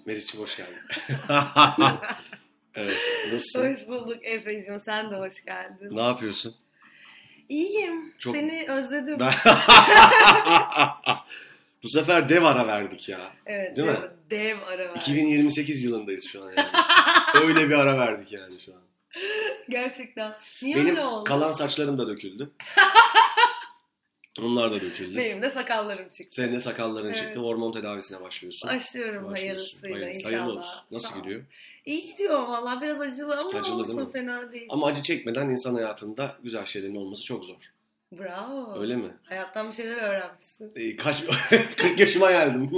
Meriç'im hoş geldin. Evet, nasılsın? Hoş bulduk Efe'cim, sen de hoş geldin. Ne yapıyorsun? İyiyim, seni özledim. Bu sefer dev ara verdik ya. Evet, değil mi? Dev ara verdik. 2028 yılındayız şu an yani. Öyle bir ara verdik yani şu an. Gerçekten. Niye Benim öyle oldu? kalan saçlarım da döküldü. Onlar da döküldü. Benim de sakallarım çıktı. Senin de sakalların çıktı. Hormon tedavisine başlıyorsun. Başlıyorum hayırlısıyla inşallah. Hayırlı olsun. Nasıl gidiyor? İyi gidiyor valla, biraz acılı ama Acılı, olsun, fena değil. Ama acı çekmeden insan hayatında güzel şeylerin olması çok zor. Bravo. Öyle mi? Hayattan bir şeyler öğrenmişsin. 40 yaşıma geldim.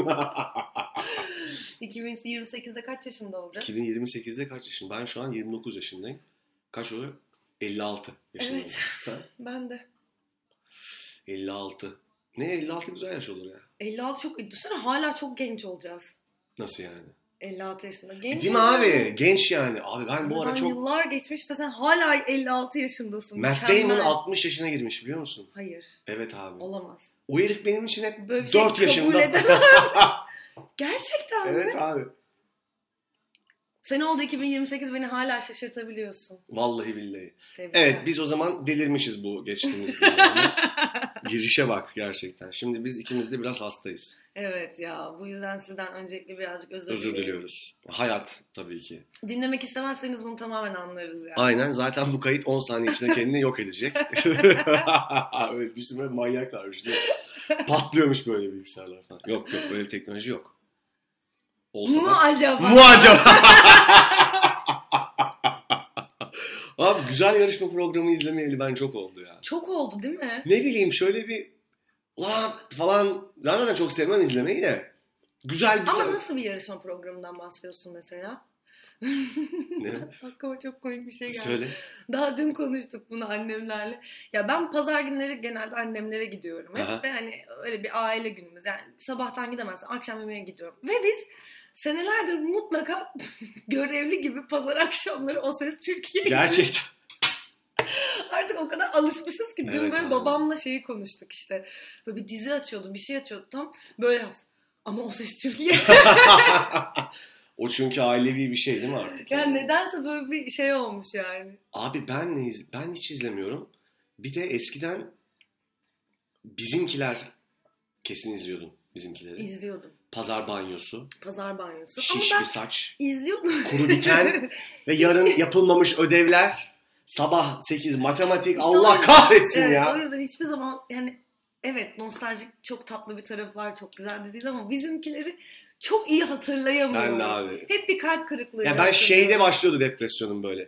2028'de kaç yaşında olacak? 2028'de kaç yaşındayım? Ben şu an 29 yaşındayım. Kaç oluyor? 56 yaşındayım. Evet. Sen? Ben de. 56. Ne 56 güzel yaş olur ya. 56 çok... Düşünsene hala çok genç olacağız. Nasıl yani? 56 yaşında. Genç değil mi abi? Genç yani. Abi ben bu ara çok... Yıllar geçmiş ve sen hala 56 yaşındasın. Matt Damon 60 yaşına girmiş biliyor musun? Hayır. Evet abi. Olamaz. O herif benim için hep böyle 4 şey yaşında. Gerçekten mi? Evet abi. Sen oldu 2028, beni hala şaşırtabiliyorsun. Vallahi billahi. Tebrikler. Evet, biz o zaman delirmişiz bu geçtiğimiz günlerde. Girişe bak gerçekten. Şimdi biz ikimiz de biraz hastayız. Evet ya, bu yüzden sizden öncelikle birazcık özür diliyoruz. Hayat tabii ki. Dinlemek istemezseniz bunu tamamen anlarız yani. Aynen, zaten bu kayıt 10 saniye içinde kendini yok edecek. Öyle düşünme, manyaklar işte. Patlıyormuş böyle bilgisayarlar falan. Yok böyle bir teknoloji yok. Olsa mu acaba? Mu acaba? Abi güzel yarışma programı izlemeyeli ben çok oldu ya. Çok oldu değil mi? Ne bileyim, şöyle bir falan, ben zaten çok sevmem izlemeyi de. Güzel bir... Ama nasıl bir yarışma programından bahsediyorsun mesela? Ne? Aklıma çok komik bir şey geldi. Söyle. Daha dün konuştuk bunu annemlerle. Ya ben pazar günleri genelde annemlere gidiyorum. Aha. Ve hani öyle bir aile günümüz. Yani sabahtan gidemezsem akşam yemeğe gidiyorum. Ve biz senelerdir mutlaka görevli gibi pazar akşamları O Ses Türkiye'ye Gerçekten. Artık o kadar alışmışız ki. Dün Evet, böyle babamla şeyi konuştuk işte. Böyle bir dizi açıyordu, bir şey açıyordu. Tam böyle yaptı. Ama O Ses Türkiye. O çünkü ailevi bir şey değil mi artık? Yani nedense böyle bir şey olmuş yani. Abi ben hiç izlemiyorum. Bir de eskiden Bizimkiler kesin izliyordum, Bizimkileri. İzliyordum. Pazar banyosu. Pazar banyosu. Şiş Ama bir saç. İzliyordum. Kuru biten ve yarın yapılmamış ödevler. Sabah 8 matematik. İşte Allah kahretsin evet, ya. O yüzden hiçbir zaman yani evet, nostaljik çok tatlı bir tarafı var. Çok güzel de değil ama Bizimkileri çok iyi hatırlayamıyorum. Ben de abi. Hep bir kalp kırıklığı. Ya ben şeyde başlıyordu depresyonum böyle.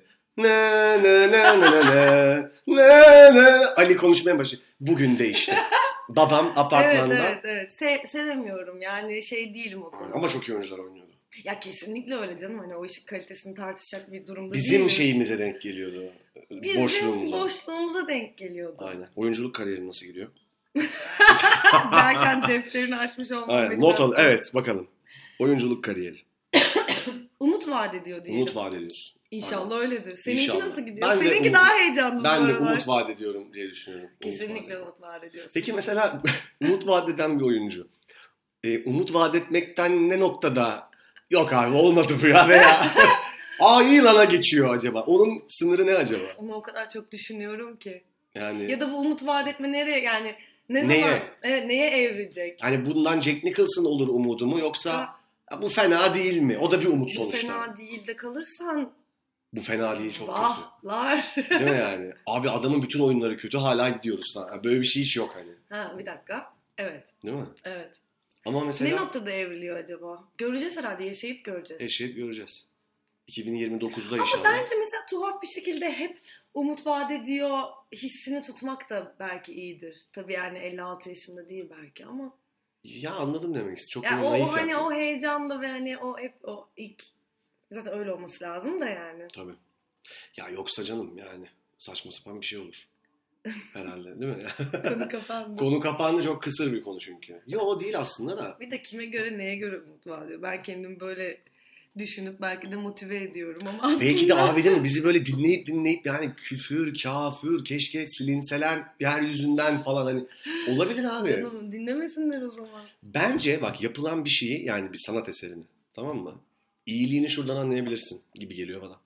Ne. Ali konuşmaya başlıyor. Bugün de işte. Babam apartmanda. Evet. Sevemiyorum yani, şey değilim o konuda. Ama çok iyi oyuncular oynuyordu. Ya kesinlikle öyle canım. Hani o işin kalitesini tartışacak bir durumda Bizim değilim. şeyimize denk geliyordu. Bizim boşluğumuza denk geliyordu. Aynen. Oyunculuk kariyerin nasıl gidiyor? Derken defterini açmış olmam. Aynen. Not al. Evet, bakalım. Oyunculuk kariyeri. Umut vaat ediyor diyelim. Umut vaat ediyorsun. İnşallah öyledir. Seninki İnşallah. nasıl gidiyor? Seninki daha heyecanlı. Ben de umut vaat ediyorum diye düşünüyorum. Kesinlikle umut vaat ediyorsun. Peki mesela umut vaat eden bir oyuncu. Umut vaat etmekten ne noktada yok abi olmadı bu ya veya iyi lana geçiyor acaba? Onun sınırı ne acaba? Ama o kadar çok düşünüyorum ki. Yani ya da bu umut vaat etme nereye yani neye? zaman neye evrilecek? Hani bundan Jack Nicholson olur umudu mu, yoksa bu fena değil mi? O da bir umut sonuçta. Bu fena değil de kalırsan bu fena değil, çok kötü. Değil mi yani? Abi adamın bütün oyunları kötü, hala gidiyoruz falan. Böyle bir şey hiç yok hani. Bir dakika. Evet. Değil mi? Evet. Ama mesela ne noktada evriliyor acaba? Göreceğiz herhalde, yaşayıp göreceğiz. Yaşayıp göreceğiz. 2029'da Ama inşallah. bence mesela tuhaf bir şekilde hep umut vaat ediyor hissini tutmak da belki iyidir. Tabii yani 56 yaşında değil belki ama. Ya anladım demek istedim. Çok ya naif o hani yaptım. o heyecanla ve hani o hep o ilk zaten öyle olması lazım da yani. Tabii. Ya yoksa canım yani saçma sapan bir şey olur. Herhalde değil mi? Konu kapandı. Konu kapandı, çok kısır bir konu çünkü. Yo, o değil aslında da. Bir de kime göre neye göre umut vaat ediyor. Ben kendimi böyle düşünüp belki de motive ediyorum ama aslında... Belki de abi değil mi? Bizi böyle dinleyip yani küfür, kafir, keşke silinseler yeryüzünden falan, hani olabilir abi. Canım dinlemesinler o zaman. Bence bak, yapılan bir şeyi, yani bir sanat eserini, tamam mı? iyiliğini şuradan anlayabilirsin gibi geliyor bana.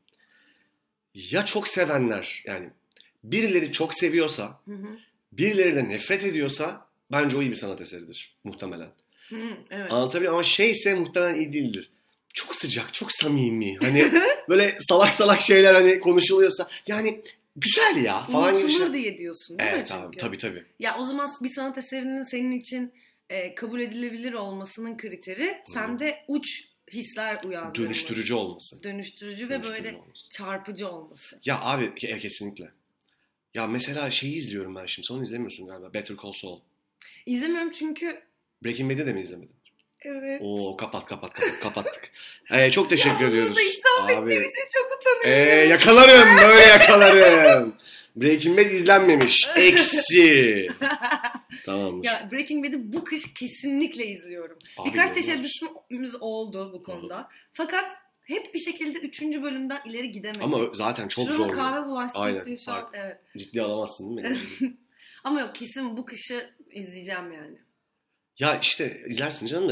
Ya çok sevenler, yani birileri çok seviyorsa, birileri de nefret ediyorsa bence o iyi bir sanat eseridir muhtemelen. Evet. Anlatabiliyor muyum? Ama şeyse muhtemelen iyi değildir. Çok sıcak, çok samimi. Hani böyle salak salak şeyler hani konuşuluyorsa yani güzel ya falan gibi Unutulur şey. diye diyorsun değil mi Evet çünkü? abi, tabii. Ya o zaman bir sanat eserinin senin için kabul edilebilir olmasının kriteri sende uç hisler uyandırması. Dönüştürücü olması. Dönüştürücü ve böyle çarpıcı olması. Ya abi kesinlikle. Ya mesela şeyi izliyorum ben şimdi. Sen onu izlemiyorsun galiba. Better Call Saul. İzlemiyorum çünkü... Breaking Bad'i de mi izlemedin? Evet. Oo kapattık. Çok teşekkür ediyoruz. Burada itiraf ettiğim için çok utanıyorum. Yakalarım böyle yakalarım. Breaking Bad izlenmemiş. Eksi. Tamamdır. Ya Breaking Bad'i bu kış kesinlikle izliyorum. Abi, birkaç teşebbüsümüz oldu bu konuda. Fakat hep bir şekilde 3. bölümden ileri gidemedim. Ama zaten çok zor. Kahve bulaştığı aynen. için şu an evet. Ciddi alamazsın değil mi? Ama yok kesin bu kışı izleyeceğim yani. Ya işte izlersin canım da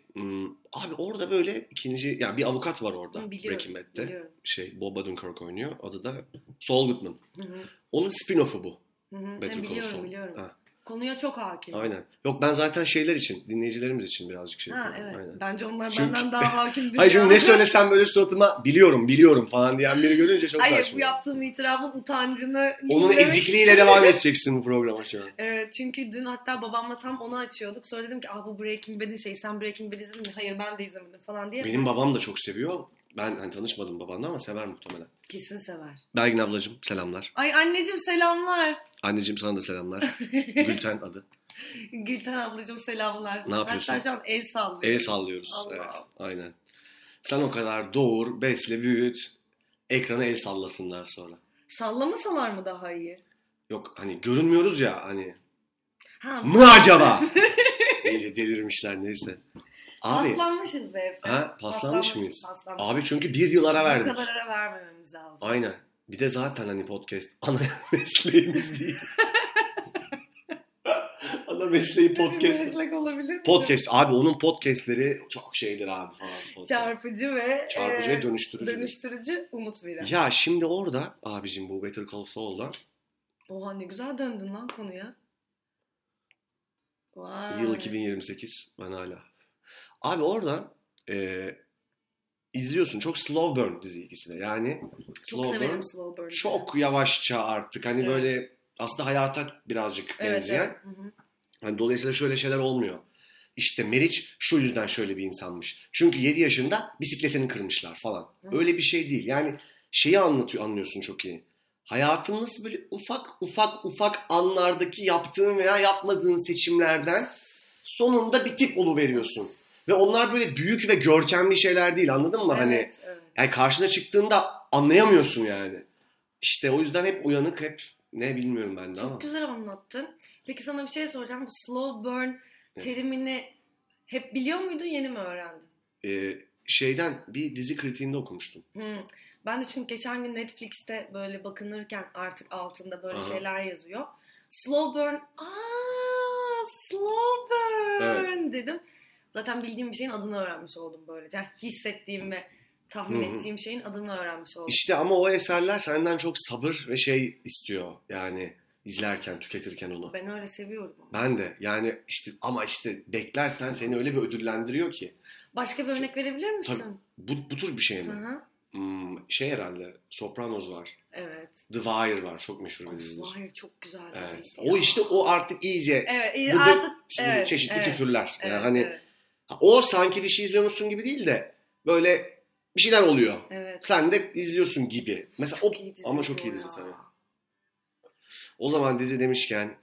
abi orada böyle ikinci yani bir avukat var orada Breaking Bad'de. Biliyorum. Bob Odenkirk oynuyor. Adı da Saul Goodman. Onun spin-off'u bu. Better Call Saul. Biliyorum. Ha. Konuya çok hakim. Aynen. Yok ben zaten şeyler için, dinleyicilerimiz için birazcık şey yapıyorum. Evet. Aynen. Bence onlar benden daha hakim. Hayır çünkü ne söylesem böyle suratıma biliyorum falan diyen biri görünce çok saçma. Hayır bu yaptığım itirafın utancını... Onun ezikliğiyle devam edeceksin bu programa şu an. Evet çünkü dün hatta babamla tam onu açıyorduk. Sonra dedim ki bu Breaking Bad'in sen Breaking Bad izledin mi? Hayır ben de izlemedim falan diye. Benim babam da çok seviyor. Ben hani tanışmadım babanla ama sever muhtemelen. Kesin sever. Belgin ablacığım selamlar. Ay anneciğim selamlar. Anneciğim sana da selamlar. Gülten adı. Gülten ablacığım selamlar. Ne yapıyorsun? Hatta şu an el sallıyoruz. El sallıyoruz. Allah. Evet aynen. Sen o kadar doğur, besle, büyüt. Ekrana el sallasınlar sonra. Sallamasalar mı daha iyi? Yok hani görünmüyoruz ya hani. Mı acaba? İyice delirmişler neyse. Abi, paslanmışız be. Paslanmış mıyız? Paslanmış. Abi çünkü 1 yıl ara verdik. Bu kadar ara vermememiz lazım. Aynen. Bir de zaten hani podcast ana mesleğimiz değil. Ana mesleği podcast. Meslek olabilir mi? Podcast. Abi onun podcastleri çok şeydir abi falan. Podcast. Çarpıcı ve dönüştürücü. Dönüştürücü, umut veren. Ya şimdi orada abicim bu Better Call Saul'da. Oha ne güzel döndün lan konuya. Vay. Yıl 2028 ben hala. Abi orada izliyorsun. Çok slow burn dizi ikisi de. Yani çok severim slow burn. Çok yavaşça artık. Hani böyle aslında hayata birazcık benzeyen. Evet. Hani dolayısıyla şöyle şeyler olmuyor. İşte Meriç şu yüzden şöyle bir insanmış. Çünkü 7 yaşında bisikletini kırmışlar falan. Öyle bir şey değil. Yani şeyi anlıyorsun çok iyi. Hayatın nasıl böyle ufak anlardaki yaptığın veya yapmadığın seçimlerden sonunda bir tip oluveriyorsun. Ve onlar böyle büyük ve görkemli şeyler değil, anladın mı? Evet. Yani karşına çıktığında anlayamıyorsun yani. İşte o yüzden hep uyanık, hep ne bilmiyorum ben de ama. Çok güzel anlattın. Peki sana bir şey soracağım. Bu slow burn terimini hep biliyor muydun, yeni mi öğrendin? Bir dizi kritiğinde okumuştum. Ben de çünkü geçen gün Netflix'te böyle bakınırken artık altında böyle şeyler yazıyor. Slow burn. Slow burn dedim. Zaten bildiğim bir şeyin adını öğrenmiş oldum böylece. Yani hissettiğim ve tahmin ettiğim şeyin adını öğrenmiş oldum. İşte ama o eserler senden çok sabır ve şey istiyor. Yani izlerken, tüketirken onu. Ben öyle seviyorum. Ben de. Yani işte beklersen seni öyle bir ödüllendiriyor ki. Başka bir örnek verebilir misin? Tabii, bu tür bir şey mi? Herhalde Sopranos var. Evet. The Wire var. Çok meşhur bir dizidir. The Wire çok güzel evet. O işte o artık iyice çeşitli küfürler. Yani hani o sanki bir şey izliyormuşsun gibi değil de böyle bir şeyler oluyor. Evet. Sen de izliyorsun gibi. Mesela çok ama çok iyi dizi tabii. O zaman dizi demişken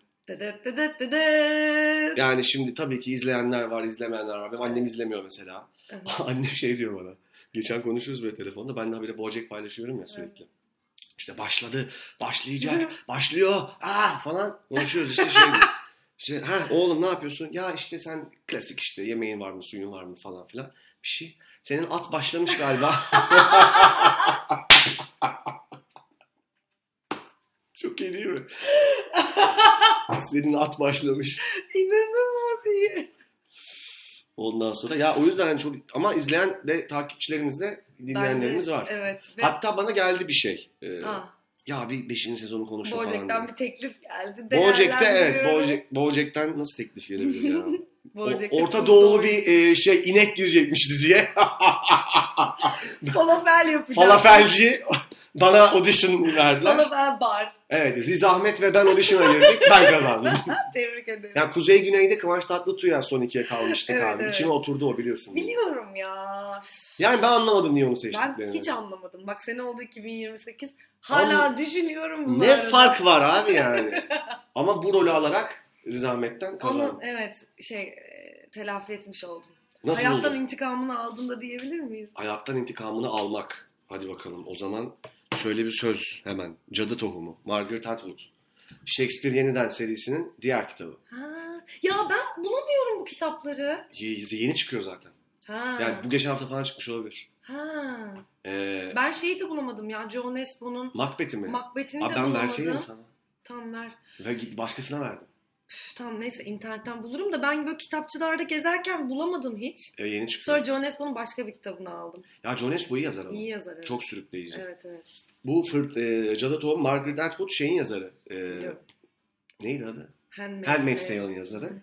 yani şimdi tabii ki izleyenler var, izlemeyenler var. Benim annem izlemiyor mesela. Evet. Annem şey diyor bana. Geçen konuşuyoruz böyle telefonda. Ben de habire Bojack paylaşıyorum ya sürekli. Evet. İşte başlayacak, başlıyor falan konuşuyoruz işte oğlum ne yapıyorsun? Ya işte sen klasik işte yemeğin var mı, suyun var mı falan filan bir şey. Senin at başlamış galiba. Çok iyi değil mi? Senin at başlamış. İnanılmaz iyi. Ondan sonra ya o yüzden çok ama izleyen de takipçilerimiz de dinleyenlerimiz Bence, var. Evet. Ve Hatta bana geldi bir şey. Aa, Ya bir 5. sezonu konuşun falan Bojack'tan diye. bir teklif geldi. Bojack'te evet Değerlendiriyorum. Bojack'ten nasıl teklif gelebilir ya? Bojack'te Orta kız Doğulu doğru. bir inek girecekmiş diziye. Falafel yapacağım. Falafelci bana audition verdiler. Falafel bar. Evet, Riz Ahmet ve ben audition'a girdik. Ben kazandım. Tebrik ederim. Yani Kuzey Güney'de Kıvanç Tatlıtuğ'ya son 2'ye kalmıştık Evet, abi. evet. İçime oturdu o biliyorsun. Biliyorum ya. Yani ben anlamadım niye onu Ben seçtiklerini. hiç anlamadım. Bak sene oldu 2028. Hala düşünüyorum bunları. Ne fark var abi yani? Ama bu rolü alarak Riz Ahmet'ten kazandım. Onu evet telafi etmiş oldun. Nasıl Hayattan oldu? intikamını aldın da diyebilir miyiz? Hayattan intikamını almak. Hadi bakalım o zaman şöyle bir söz hemen. Cadı Tohumu. Margaret Atwood. Shakespeare Yeniden serisinin diğer kitabı. Ha. Ya ben bulamıyorum bu kitapları. Yeni çıkıyor zaten. Ha. Yani bu geçen hafta falan çıkmış olabilir. Ha. Ee, Ben şeyi de bulamadım ya. John Nesbo'nun Macbeth'i mi? Macbeth'ini Abi de ben bulamadım. verseydim sana. Tamam ver. Ve başkasına verdim. Tamam neyse internetten bulurum da ben böyle kitapçılarda gezerken bulamadım hiç. Yeni çıkıyor. Sonra John Nesbo'nun başka bir kitabını aldım. Ya John Esbo iyi yazar ama. İyi yazar evet. Çok sürükleyici. Evet evet. Bu Cadı Tohumu Margaret Atwood şeyin yazarı. Biliyorum. Neydi adı? Handmaid's Tale'ın yazarı.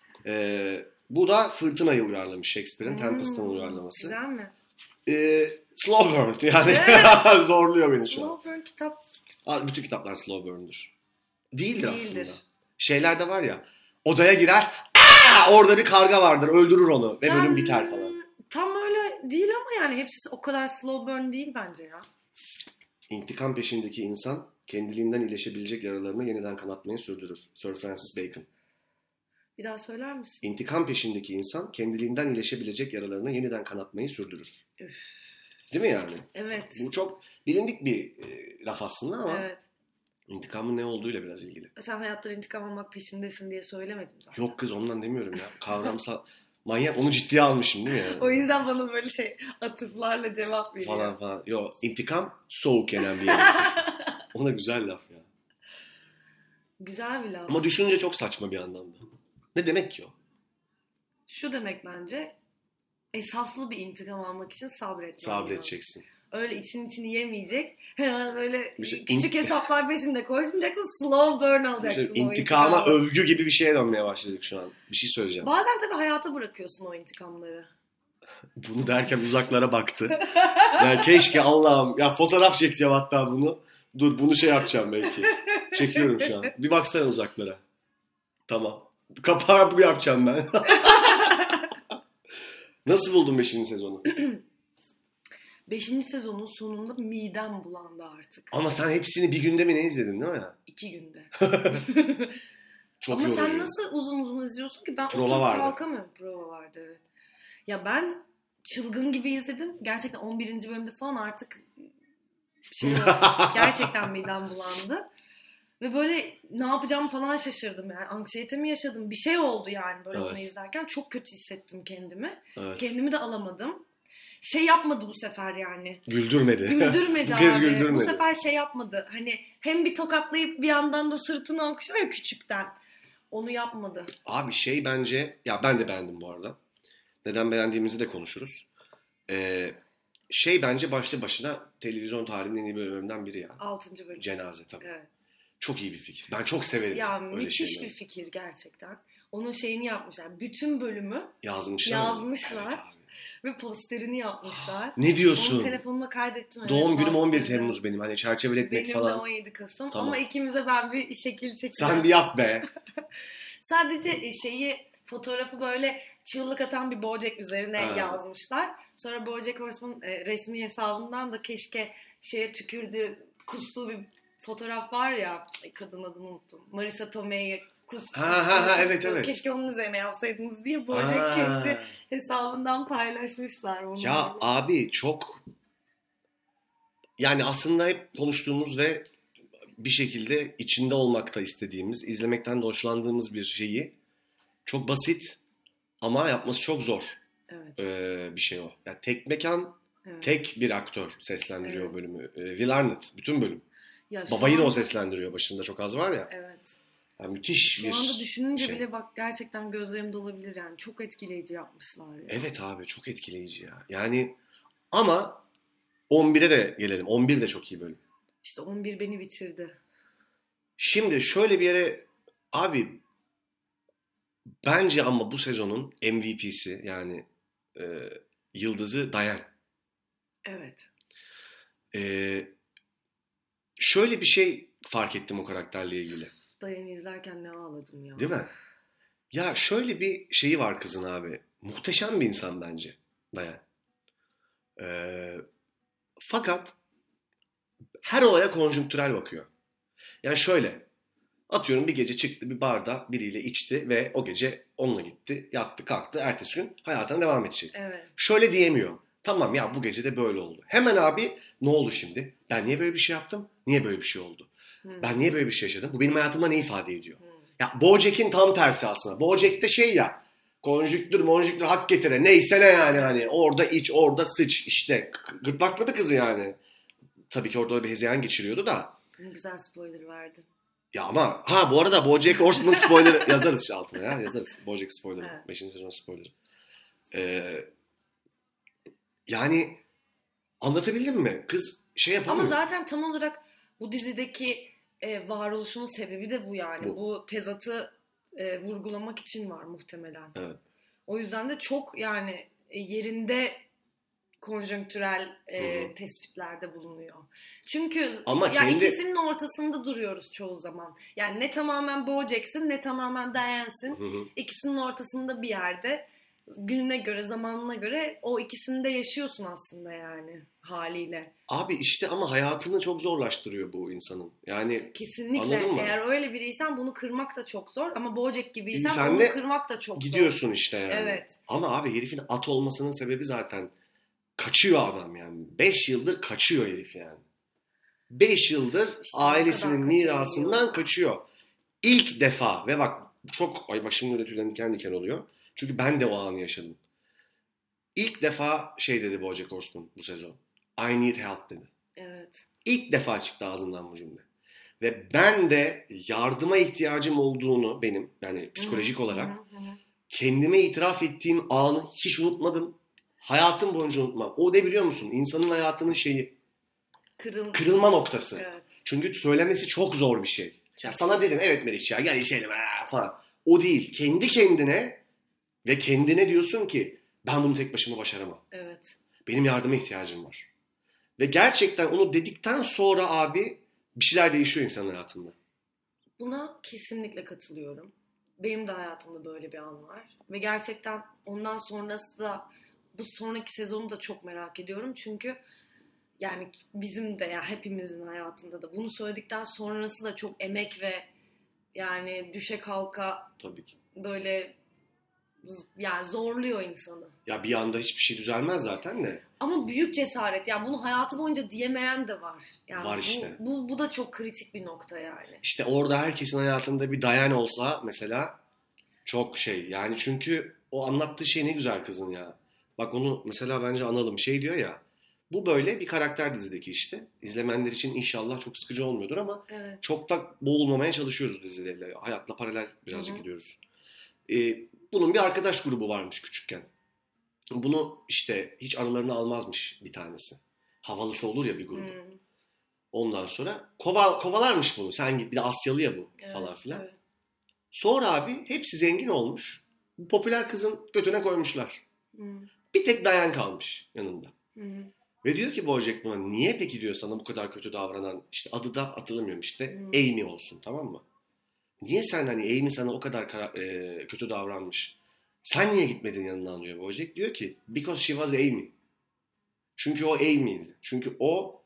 Bu da Fırtına'yı uyarlamış Shakespeare'in Tempest'ın uyarlaması. Güzel mi? Slow burn yani zorluyor beni şu an. Slow burn kitap Bütün kitaplar slow burn'dur. Değildir aslında. değildir. Şeyler de var ya odaya girer orada bir karga vardır öldürür onu ve bölüm biter falan. Tam öyle değil ama yani hepsi o kadar slow burn değil bence ya. İntikam peşindeki insan kendiliğinden iyileşebilecek yaralarını yeniden kanatmayı sürdürür. Sir Francis Bacon. Bir daha söyler misin? İntikam peşindeki insan kendiliğinden iyileşebilecek yaralarını yeniden kanatmayı sürdürür. Üf. Değil mi yani? Evet. Bu çok bilindik bir laf aslında ama Evet. intikamın ne olduğuyla biraz ilgili. Sen hayattan intikam almak peşindesin diye söylemedim zaten. Yok kız ondan demiyorum ya. Kavramsal manyak onu ciddiye almışım değil mi yani? O yüzden bana böyle atıflarla cevap veriyor. Falan. Yok intikam soğuk yenen bir yer. Ona güzel laf ya. Güzel bir laf. Ama düşününce çok saçma bir yandan da. Ne demek ki o? Şu demek bence esaslı bir intikam almak için sabretmek. Sabredeceksin. Öyle içini yemeyecek. Hemen böyle şey, küçük hesaplar peşinde koşmayacaksın. Slow burn alacaksın. o İntikama intikamı. övgü gibi bir şeye dönmeye başladık şu an. Bir şey söyleyeceğim. Bazen tabii hayata bırakıyorsun o intikamları. Bunu derken uzaklara baktı. Yani keşke Allah'ım. Ya fotoğraf çekeceğim hatta bunu. Dur bunu şey yapacağım belki. Çekiyorum şu an. Bir baksana uzaklara. Tamam. Kapağı bu yapacağım ben. Nasıl buldun 5. sezonu? 5. sezonun sonunda midem bulandı artık. Ama sen hepsini bir günde mi ne izledin değil mi ya? 2 günde. Çok Ama yorucu. sen nasıl uzun uzun izliyorsun ki? Ben Prova oturup vardı. kalkamıyorum. Prova vardı evet. Ya ben çılgın gibi izledim. Gerçekten 11. bölümde falan artık gerçekten midem bulandı. Ve böyle ne yapacağımı falan şaşırdım yani. Anksiyete mi yaşadım? Bir şey oldu yani böyle onu izlerken. Çok kötü hissettim kendimi. Evet. Kendimi de alamadım. Şey yapmadı bu sefer yani. Güldürmedi. Güldürmedi Bu abi. kez güldürmedi. Bu sefer şey yapmadı. Hani hem bir tokatlayıp bir yandan da sırtını okşuyor ya küçükten. Onu yapmadı. Abi şey bence ya ben de beğendim bu arada. Neden beğendiğimizi de konuşuruz. Şey bence başlı başına televizyon tarihinin en iyi bölümlerinden biri ya. 6. bölüm. Cenaze tabii. Evet. Çok iyi bir fikir. Ben çok severim Ya öyle müthiş şeyleri. bir fikir gerçekten. Onun şeyini yapmışlar. Bütün bölümü Yazmışlar. Evet abi. ve posterini yapmışlar. Ne diyorsun? Onu telefonuma kaydettim. Evet, Doğum günüm 11 bastırdım. Temmuz benim. Hani çerçeveletmek Benim falan. de 17 Kasım. Tamam. Ama ikimize ben bir şekil çekeceğim. Sen bir yap be. Sadece fotoğrafı böyle çığlık atan bir Bojack üzerine yazmışlar. Sonra Bojack Horseman resmi hesabından da keşke tükürdüğü, kustuğu bir fotoğraf var ya. Kadın adını unuttum. Marisa Tomei'ye kustuğu. Evet. Keşke onun üzerine yapsaydınız diye Bojack kendi hesabından paylaşmışlar bunu. Ya böyle. abi çok yani aslında hep konuştuğumuz ve bir şekilde içinde olmakta istediğimiz, izlemekten de hoşlandığımız bir şeyi çok basit ama yapması çok zor bir şey o. Yani tek mekan, tek bir aktör seslendiriyor bölümü. Will Arnett bütün bölüm. Ya Babayı da o seslendiriyor başında çok az var ya. Evet. Yani müthiş bir Şu anda düşününce şey. bile bak gerçekten gözlerim dolabilir yani. Çok etkileyici yapmışlar ya. Evet abi çok etkileyici ya. Yani ama 11'e de gelelim. 11 de çok iyi bölüm. İşte 11 beni bitirdi. Şimdi şöyle bir yere abi bence ama bu sezonun MVP'si yani e, yıldızı Diane. Evet. Şöyle bir şey fark ettim o karakterle ilgili. Dayan'ı izlerken ne ağladım ya. Değil mi? Ya şöyle bir şeyi var kızın abi. Muhteşem bir insan bence Diane. Fakat her olaya konjonktürel bakıyor. Yani şöyle. Atıyorum bir gece çıktı bir barda biriyle içti ve o gece onunla gitti, yattı, kalktı. Ertesi gün hayatına devam edecek. Evet. Şöyle diyemiyor. Tamam ya bu gece de böyle oldu. Hemen abi ne oldu şimdi? Ben niye böyle bir şey yaptım? Niye böyle bir şey oldu? Ben niye böyle bir şey yaşadım? Bu benim hayatımda ne ifade ediyor? Ya BoJack'in tam tersi aslında. BoJack'te şey ya konjüktür hak getire neyse ne yani hani orada iç orada sıç işte gırtlakladı kızı yani. Tabii ki orada bir hezeyan geçiriyordu da. Ne güzel spoiler verdin. Ya ama bu arada BoJack Horseman spoiler yazarız altına ya yazarız BoJack spoiler Evet. 5. sezon spoiler. Yani anlatabildim mi? Kız şey yapamıyor. Ama zaten tam olarak bu dizideki varoluşunun sebebi de bu yani. Bu tezatı vurgulamak için var muhtemelen. Evet. O yüzden de çok yani yerinde konjonktürel tespitlerde bulunuyor. Çünkü ama ya ikisinin ortasında duruyoruz çoğu zaman. Yani ne tamamen BoJack'sin ne tamamen Diane'sin. İkisinin ortasında bir yerde gününe göre, zamanına göre o ikisini de yaşıyorsun aslında yani haliyle. Abi işte ama hayatını çok zorlaştırıyor bu insanın. Yani kesinlikle eğer öyle biriysen bunu kırmak da çok zor ama BoJack gibiysen onu kırmak da çok gidiyorsun zor. işte yani. Evet. Ama abi herifin at olmasının sebebi zaten kaçıyor adam yani. 5 yıldır kaçıyor herif yani. 5 yıldır işte ailesinin mirasından kaçıyor. İlk defa ve bak şimdi öyle tüylerim diken diken oluyor. Çünkü ben de o anı yaşadım. İlk defa şey dedi BoJack Horseman bu sezon. I need help dedi. Evet. İlk defa çıktı ağzından bu cümle. Ve ben de yardıma ihtiyacım olduğunu benim yani psikolojik olarak kendime itiraf ettiğim anı hiç unutmadım. Hayatım boyunca unutmam. O ne biliyor musun? İnsanın hayatının şeyi kırılma noktası. Evet. Çünkü söylemesi çok zor bir şey. Ya sana dedim evet Meriç ya gel içelim falan. O değil. Kendi kendine ve kendine diyorsun ki ben bunu tek başıma başaramam. Evet. Benim yardıma ihtiyacım var. Ve gerçekten onu dedikten sonra abi bir şeyler değişiyor insanın hayatında. Buna kesinlikle katılıyorum. Benim de hayatımda böyle bir an var. Ve gerçekten ondan sonrası da bu sonraki sezonu da çok merak ediyorum. Çünkü yani bizim de ya hepimizin hayatında da bunu söyledikten sonrası da çok emek ve yani düşe kalka tabii ki böyle yani zorluyor insanı. Ya bir anda hiçbir şey düzelmez zaten de. Ama büyük cesaret. Yani bunu hayatı boyunca diyemeyen de var. Yani var işte. Bu da çok kritik bir nokta yani. İşte orada herkesin hayatında bir Diane olsa mesela çok şey. Yani çünkü o anlattığı şey ne güzel kızın ya. Bak onu mesela bence analım. Şey diyor ya. Bu böyle bir karakter dizideki işte. İzlemenler için inşallah çok sıkıcı olmuyordur ama evet. çok da boğulmamaya çalışıyoruz dizilerle. Hayatla paralel birazcık gidiyoruz. Bunun bir arkadaş grubu varmış küçükken. Bunu işte hiç aralarına almazmış bir tanesi. Havalısı olur ya bir grubu. Ondan sonra kovalarmış bunu. Sen git bir de Asyalı ya bu falan filan. Evet. Sonra abi hepsi zengin olmuş. Bu popüler kızın götüne koymuşlar. Bir tek Diane kalmış yanında. Ve diyor ki BoJack buna niye peki diyor sana bu kadar kötü davranan işte adı da hatırlamıyorum işte Amy olsun tamam mı? Niye sen hani Amy sana o kadar kötü davranmış? Sen niye gitmedin yanından diyor BoJack. Diyor ki because she was Amy. Çünkü o Amy'ydi. Çünkü o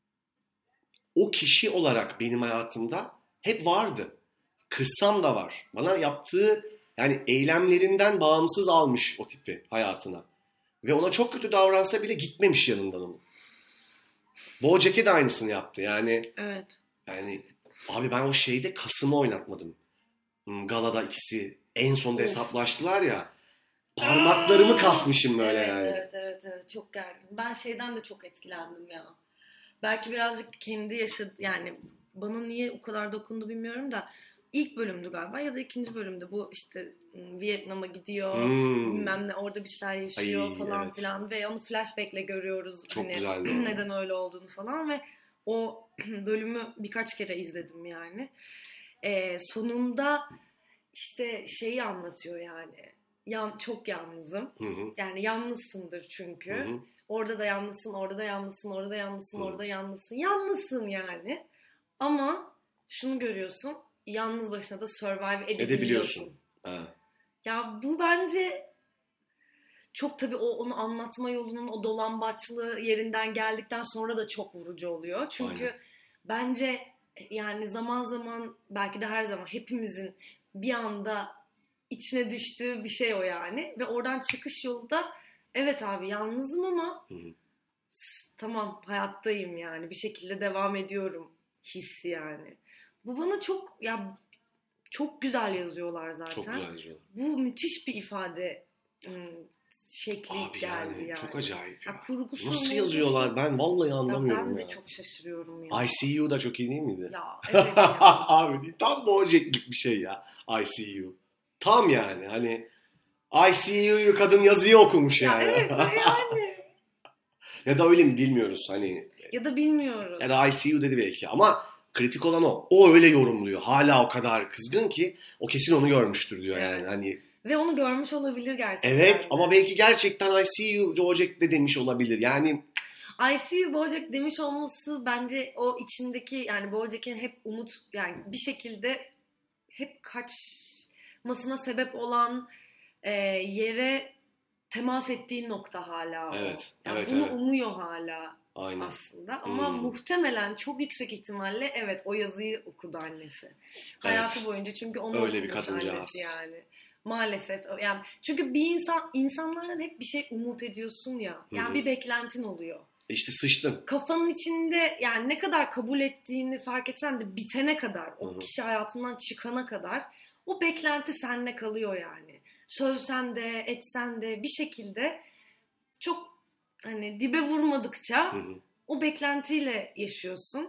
kişi olarak benim hayatımda hep vardı. Kırsam da var. Bana yaptığı yani eylemlerinden bağımsız almış o tipi hayatına. Ve ona çok kötü davransa bile gitmemiş yanından onun. BoJack'e de aynısını yaptı. Yani evet. Yani abi ben o şeyde Kasım'ı oynatmadım. Galada ikisi en sonda hesaplaştılar ya. Parmaklarımı kasmışım böyle evet, yani. Evet. Çok gergin. Ben şeyden de çok etkilendim ya. Belki birazcık kendi yani bana niye o kadar dokundu bilmiyorum da ilk bölümdü galiba ya da ikinci bölümde bu işte Vietnam'a gidiyor bilmem ne orada bir şeyler yaşıyor falan filan ve onu flashback'le görüyoruz. Çok hani, güzeldi. Neden öyle olduğunu falan ve o bölümü birkaç kere izledim yani. Sonunda işte şeyi anlatıyor yani. Çok yalnızım. Hı-hı. Yani yalnızsındır çünkü. Hı-hı. Orada da yalnızsın, orada da yalnızsın, orada da yalnızsın, orada yalnızsın. Yalnızsın yani. Ama şunu görüyorsun. Yalnız başına da survive edebiliyorsun. Ha. Ya bu bence çok tabii onu anlatma yolunun o dolambaçlı yerinden geldikten sonra da çok vurucu oluyor. Çünkü bence yani zaman zaman belki de her zaman hepimizin bir anda içine düştüğü bir şey o yani. Ve oradan çıkış yolu da evet abi yalnızım ama tamam hayattayım yani bir şekilde devam ediyorum hissi yani. Bu bana çok güzel yazıyorlar zaten. Çok güzel yazıyorlar. Bu müthiş bir ifade şekli abi geldi yani. Çok acayip ya. Kurgusu nasıl yazıyorlar? Ben vallahi anlamıyorum ya. Ben de çok şaşırıyorum ya. ICU da çok iyi değil miydi? Ya evet ya. Abi tam Bojack'lik bir şey ya. ICU. Tam yani hani ICU'yu kadın yazıyı okumuş yani. Ya evet yani. Ya da öyle mi bilmiyoruz hani. Ya da bilmiyoruz. Ya da ICU dedi belki ama kritik olan o. O öyle yorumluyor. Hala o kadar kızgın ki o kesin onu görmüştür diyor yani. Hani ve onu görmüş olabilir gerçekten. Evet ama belki gerçekten ICU Bojack de demiş olabilir. Yani ICU Bojack demiş olması bence o içindeki yani Bojack'in hep umut yani bir şekilde hep kaçmasına sebep olan yere temas ettiği nokta hala o. Evet. Yani evet, bunu evet. umuyor hala. Aynen. Aslında ama muhtemelen çok yüksek ihtimalle evet o yazıyı okudu annesi. Hayatı boyunca çünkü onu öyle bir okumuş kadıncağız. annesi yani. Maalesef yani çünkü bir insanlardan hep bir şey umut ediyorsun ya. Yani bir beklentin oluyor. İşte sıçtın. Kafanın içinde yani ne kadar kabul ettiğini fark etsen de bitene kadar o kişi hayatından çıkana kadar o beklenti seninle kalıyor yani. Sövsen de etsen de bir şekilde çok hani dibe vurmadıkça o beklentiyle yaşıyorsun.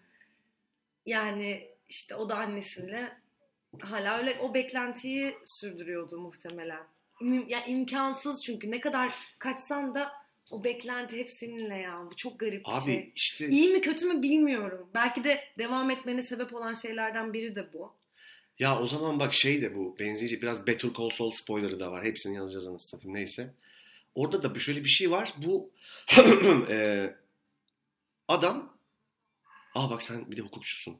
Yani işte o da annesiyle hala öyle o beklentiyi sürdürüyordu muhtemelen. Ya imkansız çünkü ne kadar kaçsan da o beklenti hep seninle ya. Bu çok garip bir şey. Abi işte İyi mi kötü mü bilmiyorum. Belki de devam etmene sebep olan şeylerden biri de bu. Ya o zaman bak şey de bu benzeyici biraz Better Call Saul spoilerı da var. Hepsini yazacağız anasını satayım neyse. Orada da şöyle bir şey var. Bu adam bak sen bir de hukukçusun.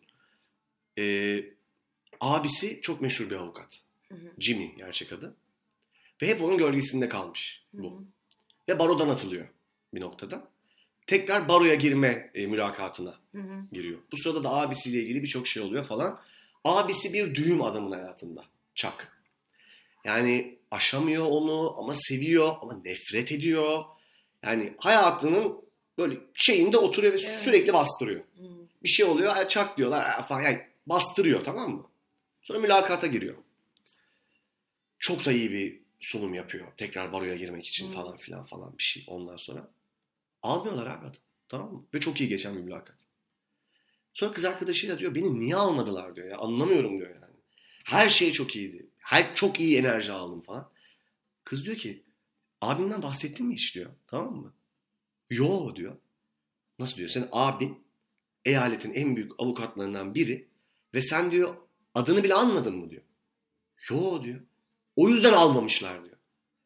Abisi çok meşhur bir avukat. Jimmy gerçek adı. Ve hep onun gölgesinde kalmış bu. Ve barodan atılıyor bir noktada. Tekrar baroya girme mülakatına giriyor. Bu sırada da abisiyle ilgili birçok şey oluyor falan. Abisi bir düğüm adamın hayatında. Chuck. Yani aşamıyor onu ama seviyor ama nefret ediyor. Yani hayatının böyle şeyinde oturuyor ve sürekli bastırıyor. Bir şey oluyor Chuck diyorlar falan. Yani bastırıyor tamam mı? Sonra mülakata giriyor. Çok da iyi bir sunum yapıyor. Tekrar baroya girmek için falan filan falan bir şey ondan sonra. Almıyorlar abi adam. Tamam mı? Ve çok iyi geçen bir mülakat. Sonra kız arkadaşıyla diyor beni niye almadılar diyor ya. Anlamıyorum diyor yani. Her şey çok iyiydi. Çok iyi enerji aldım falan. Kız diyor ki abimden bahsettin mi hiç diyor. Tamam mı? Yo diyor. Nasıl diyor? Senin abin eyaletin en büyük avukatlarından biri ve sen diyor adını bile anmadın mı diyor. Yo diyor. O yüzden almamışlar diyor.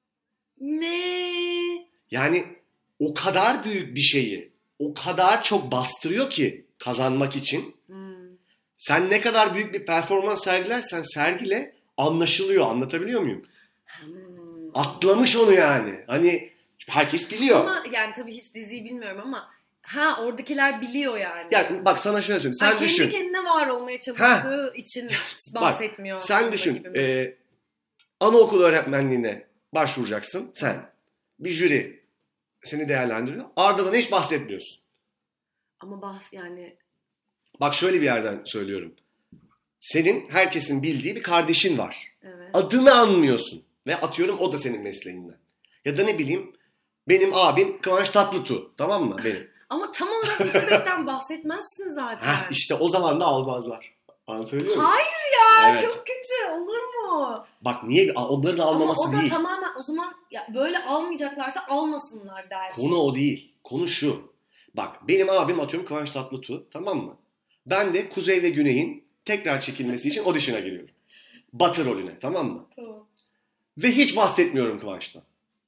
Ne? Yani o kadar büyük bir şeyi o kadar çok bastırıyor ki kazanmak için. Sen ne kadar büyük bir performans sergilersen sergile anlaşılıyor. Anlatabiliyor muyum? Atlamış onu yani. Hani herkes biliyor. Ama yani tabii hiç diziyi bilmiyorum ama oradakiler biliyor yani. Yani bak sana şöyle söyleyeyim. Sen düşün. Kendi kendine var olmaya çalıştığı için bahsetmiyor. Bak, sen düşün. Anaokulu öğretmenliğine başvuracaksın sen. Bir jüri seni değerlendiriyor. Ardından hiç bahsetmiyorsun. Ama yani... Bak şöyle bir yerden söylüyorum. Senin herkesin bildiği bir kardeşin var. Evet. Adını anmıyorsun. Ve atıyorum o da senin mesleğinden. Ya da ne bileyim benim abim Kıvanç Tatlıtuğ. Tamam mı benim? Ama tam olarak bu sebepten bahsetmezsin zaten. İşte o zaman da almazlar. Anlatabiliyor muyum? Hayır ya, Evet. çok kötü olur mu? Bak niye onların almaması Ama o da değil. tamamen o zaman ya böyle almayacaklarsa almasınlar dersin. Konu o değil. Konu şu. Bak benim abim atıyorum Kıvanç Tatlıtuğ, tamam mı? Ben de Kuzey ve Güney'in tekrar çekilmesi için audition'a giriyorum. Batı rolüne, tamam mı? Tamam. Ve hiç bahsetmiyorum Kıvanç'tan.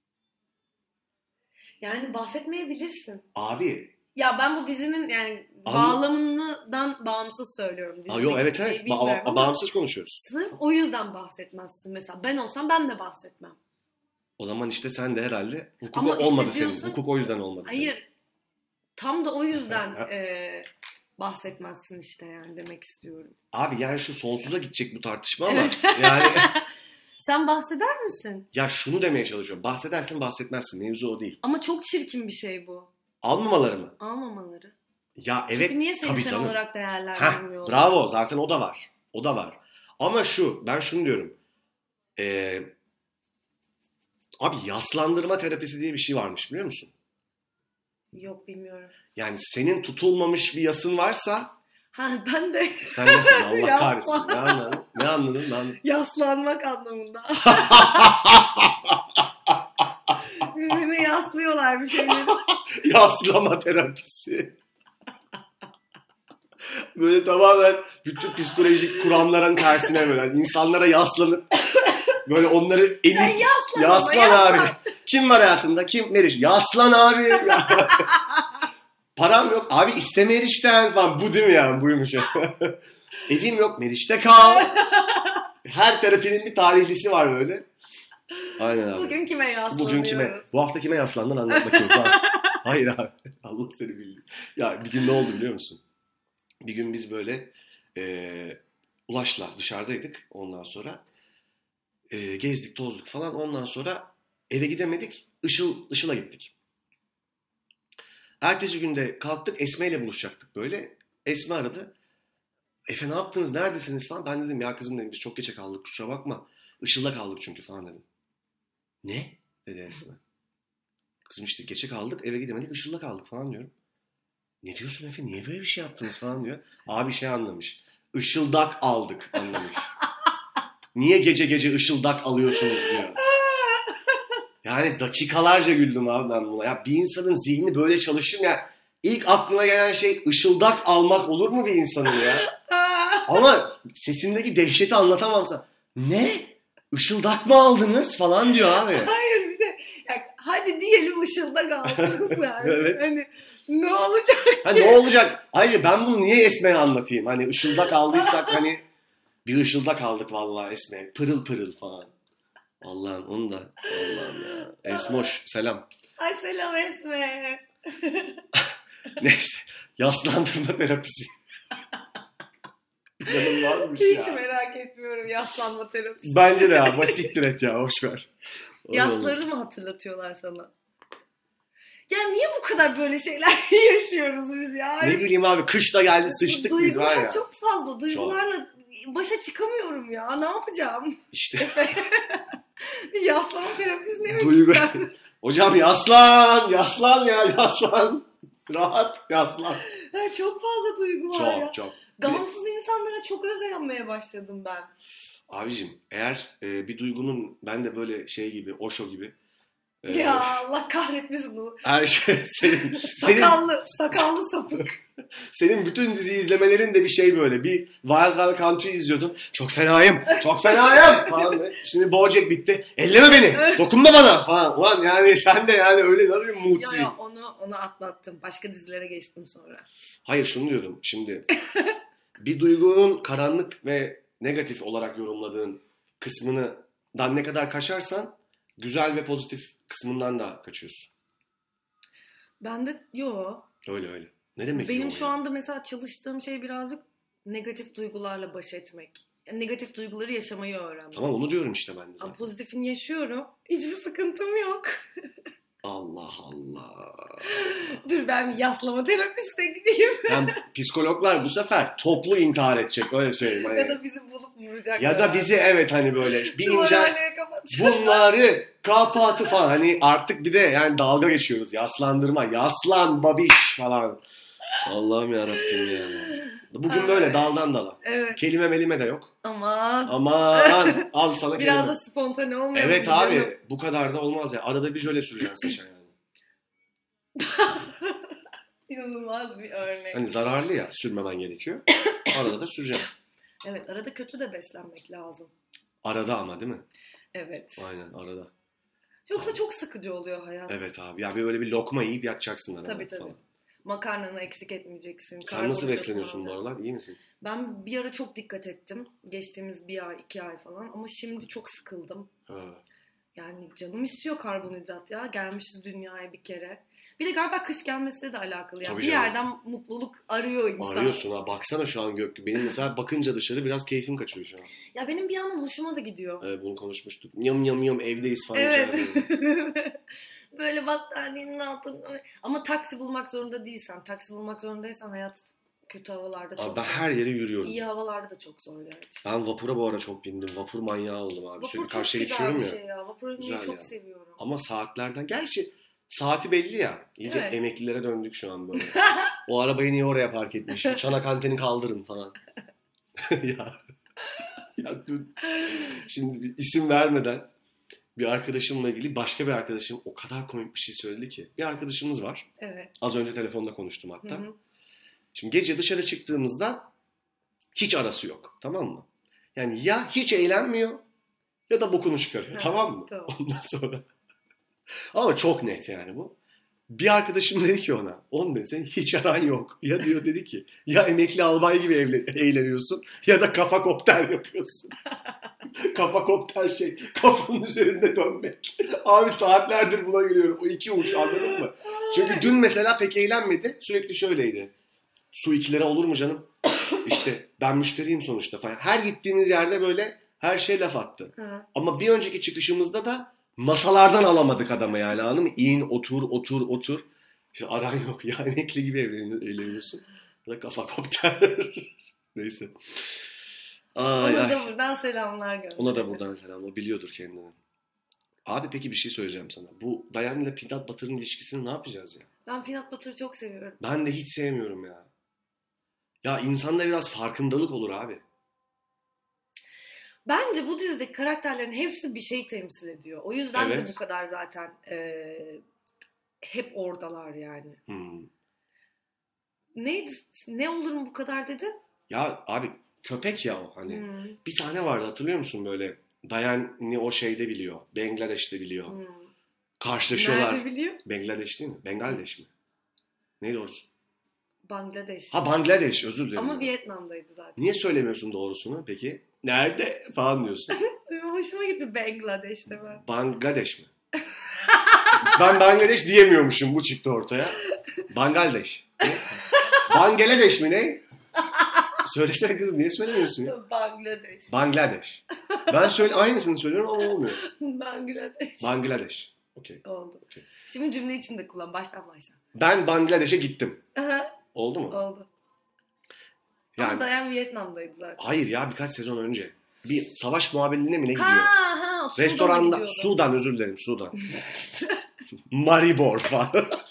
Yani bahsetmeyebilirsin. Abi. Ya ben bu dizinin yani bağlamından bağımsız söylüyorum. Yok evet bağımsız konuşuyoruz. Sırf o yüzden bahsetmezsin. Mesela ben olsam ben de bahsetmem. O zaman işte sen de herhalde hukuk Ama işte olmadı diyorsun, senin. Hukuk o yüzden olmadı hayır, senin. tam da o yüzden bahsetmezsin işte yani demek istiyorum. Abi yani şu sonsuza gidecek bu tartışma ama evet. yani... Sen bahseder misin? Ya şunu demeye çalışıyorum. Bahsedersin bahsetmezsin. Mevzu o değil. Ama çok çirkin bir şey bu. Almamaları mı? Almamaları. Ya evet. Çünkü niye tabii sen canım. olarak değerlendirmiyorlar? Bravo, zaten o da var. O da var. Ama ben şunu diyorum. Abi yaslandırma terapisi diye bir şey varmış, biliyor musun? Yok, bilmiyorum. Yani senin tutulmamış bir yasın varsa Ben de sen de Allah kahretsin. Ne anladın? Yaslanmak anlamında. Birbirine yaslıyorlar bir şeyleri. Yaslama terapisi. Böyle tamamen bütün psikolojik kuramların tersine böyle. Yani insanlara yaslanıp böyle onları Sen yaslan abi. Kim var hayatında? Kim? Meriç. Yaslan abi. Param yok. Abi iste Meriç'ten falan. Bu değil mi yani? Buymuş. Evim yok. Meriç'te kal. Her terapinin bir tarihlisi var böyle. Aynen abi. Bugün kime yaslanıyoruz? Bu hafta kime yaslandın anlat bakayım. Hayır abi. Allah seni bildi. Ya bir gün ne oldu biliyor musun? Bir gün biz böyle Ulaş'la dışarıdaydık. Ondan sonra gezdik tozduk falan. Ondan sonra eve gidemedik. Işıl'a gittik. Ertesi günde kalktık, Esme ile buluşacaktık böyle. Esme aradı. Efe ne yaptınız, neredesiniz falan. Ben dedim ya kızım dedim biz çok geçe kaldık kusura bakma. Işıl'da kaldık çünkü falan dedim. Ne? Dedi Esme. Kızım işte geçe kaldık, eve gidemedik, Işıl'da kaldık falan diyorum. Ne diyorsun Efe, niye böyle bir şey yaptınız falan diyor. Abi şey anlamış. Işıldak aldık anlamış. Niye gece gece ışıldak alıyorsunuz diyor. Yani dakikalarca güldüm abi ben buna. Ya bir insanın zihni böyle çalışır mı ya? İlk aklına gelen şey ışıldak almak olur mu bir insanın ya? Ama sesindeki dehşeti anlatamamsa. Ne? Işıldak mı aldınız falan diyor abi. Hayır bir de ya, hadi diyelim ışıldak aldınız yani. Evet. Hani ne olacak Ha, ki? ne olacak? Ayrıca ben bunu niye Esme'ye anlatayım? Hani ışıldak aldıysak hani bir ışıldak aldık vallahi Esme. Pırıl pırıl falan. Allah'ım onu da. Allah'ım ya. Esmoş selam. Ay selam Esme. Neyse. Yaslandırma terapisi. İnanılmazmış Hiç ya. merak etmiyorum yaslanma terapisi. Bence de ya. Basiktir et ya. Hoşver. Yaslarını mı hatırlatıyorlar sana? Ya niye bu kadar böyle şeyler yaşıyoruz biz ya? Ne bileyim abi. Kış da geldi sıçtık biz var ya. Duygular çok fazla. Duygularla başa çıkamıyorum ya. Ne yapacağım? İşte. Yaslama terapisi ne Duygu. sen? Hocam yaslan. Yaslan ya. Yaslan. Rahat yaslan. Çok fazla duygu var ya. Çok. Gamsız insanlara çok özenmeye başladım ben. Abicim eğer bir duygunun ben de böyle şey gibi Osho gibi ya Allah kahretmesin bunu. her şey senin Sakallı sapık. senin bütün dizi izlemelerin de bir şey böyle bir Wild Wild Country izliyordun. Çok fenayım falan. Şimdi BoJack bitti. Elleme beni. Dokunma bana falan. Ulan yani sen de yani öyle nasıl bir mutsuz. Yo onu atlattım. Başka dizilere geçtim sonra. Hayır şunu diyordum şimdi. Bir duygunun karanlık ve negatif olarak yorumladığın kısmından ne kadar kaçarsan güzel ve pozitif kısmından da kaçıyorsun. Ben de Öyle. Ne demek benim şu anda mesela çalıştığım şey birazcık negatif duygularla baş etmek. Yani negatif duyguları yaşamayı öğrenmek. Tamam onu diyorum işte ben de zaten. Ama pozitifini yaşıyorum. Hiçbir sıkıntım yok. Allah. Dur ben bir yaslama terapisine gideyim. Yani psikologlar bu sefer toplu intihar edecek öyle söyleyeyim. Hani. Ya da bizi bulup vuracaklar. Ya da bizi evet hani böyle bir ineceğiz. Kapatacağım. Bunları kapatı falan hani artık bir de yani dalga geçiyoruz. Yaslandırma. Yaslan babiş falan. Allah'ım yarabbim ya. Bugün böyle daldan dala. Evet. Kelime melime de yok. Aman. Aman al sana kelime. Biraz da spontane olmuyor. Evet abi canım. Bu kadar da olmaz ya. Arada bir jöle süreceksin saça yani. İnanılmaz bir örnek. Hani zararlı ya, sürmemen gerekiyor. Arada da süreceğim. Evet, arada kötü de beslenmek lazım. Arada ama değil mi? Evet. Aynen arada. Yoksa çok sıkıcı oluyor hayat. Evet abi. Ya böyle bir lokma yiyip yatacaksın arada. Tabii. Falan. Makarnanı eksik etmeyeceksin. Sen nasıl besleniyorsun bu aralar? İyi misin? Ben bir ara çok dikkat ettim. Geçtiğimiz 1 ay, 2 ay falan. Ama şimdi çok sıkıldım. Ha. Yani canım istiyor karbonhidrat ya. Gelmişiz dünyaya bir kere. Bir de galiba kış gelmesiyle de alakalı. Yani bir yerden mutluluk arıyor insan. Arıyorsun ha. Baksana şu an gök. Benim mesela bakınca dışarı biraz keyfim kaçıyor şu an. Ya benim bir yandan hoşuma da gidiyor. Evet, bunu konuşmuştuk. Yam yam yam evdeyiz falan. Evet. Böyle battaniyenin altında. Ama taksi bulmak zorunda değilsen. Taksi bulmak zorundaysan hayat kötü havalarda çok abi ben zor. her yere yürüyorum. İyi havalarda da çok zor gerçekten. Ben vapura bu ara çok bindim. Vapur manyağı oldum abi. Vapur Sürekli çok karşıya güzel geçiyorum bir ya. şey ya. Vapura binmeyi çok seviyorum. Ama saatlerden. Gerçi saati belli ya. İyice emeklilere döndük şu an böyle. O arabayı niye oraya park etmiş? Çanak anteni kaldırın falan. ya dur. Şimdi bir isim vermeden bir arkadaşımla ilgili başka bir arkadaşım o kadar komik bir şey söyledi ki. Bir arkadaşımız var. Evet. Az önce telefonda konuştum hatta. Hı-hı. Şimdi gece dışarı çıktığımızda hiç arası yok. Tamam mı? Yani ya hiç eğlenmiyor ya da bokunu çıkarıyor. Tamam mı? Tamam. Ondan sonra. Ama çok net yani bu. Bir arkadaşım dedi ki ona, oğlum dedi senin hiç aran yok. Ya diyor dedi ki ya emekli albay gibi eğleniyorsun ya da kafa kopter yapıyorsun. Kafa kopter şey kafanın üzerinde dönmek. Abi saatlerdir buna gülüyorum. O iki uç anladın mı? Çünkü dün mesela pek eğlenmedi. Sürekli şöyleydi. Su 2 lira olur mu canım? İşte ben müşteriyim sonuçta falan. Her gittiğimiz yerde böyle her şey laf attı. Ama bir önceki çıkışımızda da masalardan alamadık adamı yani anladın mı? İn otur. İşte aran yok ya emekli gibi eğleniyorsun. Ya da kafa kopter. Neyse. Ona da buradan selamlar gönder. Ona da buradan selam. O biliyordur kendini. Abi peki bir şey söyleyeceğim sana. Bu Dayan ile Peanut Butter'ın ilişkisini ne yapacağız ya? Ben Peanut Butter'ı çok seviyorum. Ben de hiç sevmiyorum ya. Ya insanda biraz farkındalık olur abi. Bence bu dizideki karakterlerin hepsi bir şey temsil ediyor. O yüzden de bu kadar zaten hep oradalar yani. Neydi? Ne olur mu bu kadar dedin? Ya abi köpek ya o hani. Bir sahne vardı hatırlıyor musun böyle? Dayan'ı o şeyde biliyor. Bangladeş'te biliyor. Karşılaşıyorlar. Nerede biliyor? Bangladeş değil mi? Bangladeş mi? Ne doğrusu? Bangladeş. Ha Bangladeş özür dilerim. Ama Vietnam'daydı zaten. Niye söylemiyorsun doğrusunu peki? Nerede falan diyorsun. Hoşuma gitti Bangladeş'te ben. Bangladeş mi? Ben Bangladeş diyemiyormuşum bu çıktı ortaya. Bangladeş. Ne? Bangladeş mi ne? Söylesene kızım niye söylemiyorsun ya? Bangladeş. Bangladeş. Ben aynısını söylüyorum ama olmuyor. Bangladeş. Okey. Oldu. Okay. Şimdi cümle içinde kullan. Baştan. Ben Bangladeş'e gittim. Oldu mu? Oldu. Yani, ama Dayan Vietnam'daydı zaten. Hayır ya birkaç sezon önce. Bir savaş muhabirliğine mi ne gidiyor? Restoranda Sudan özür dilerim Sudan. Maribor falan.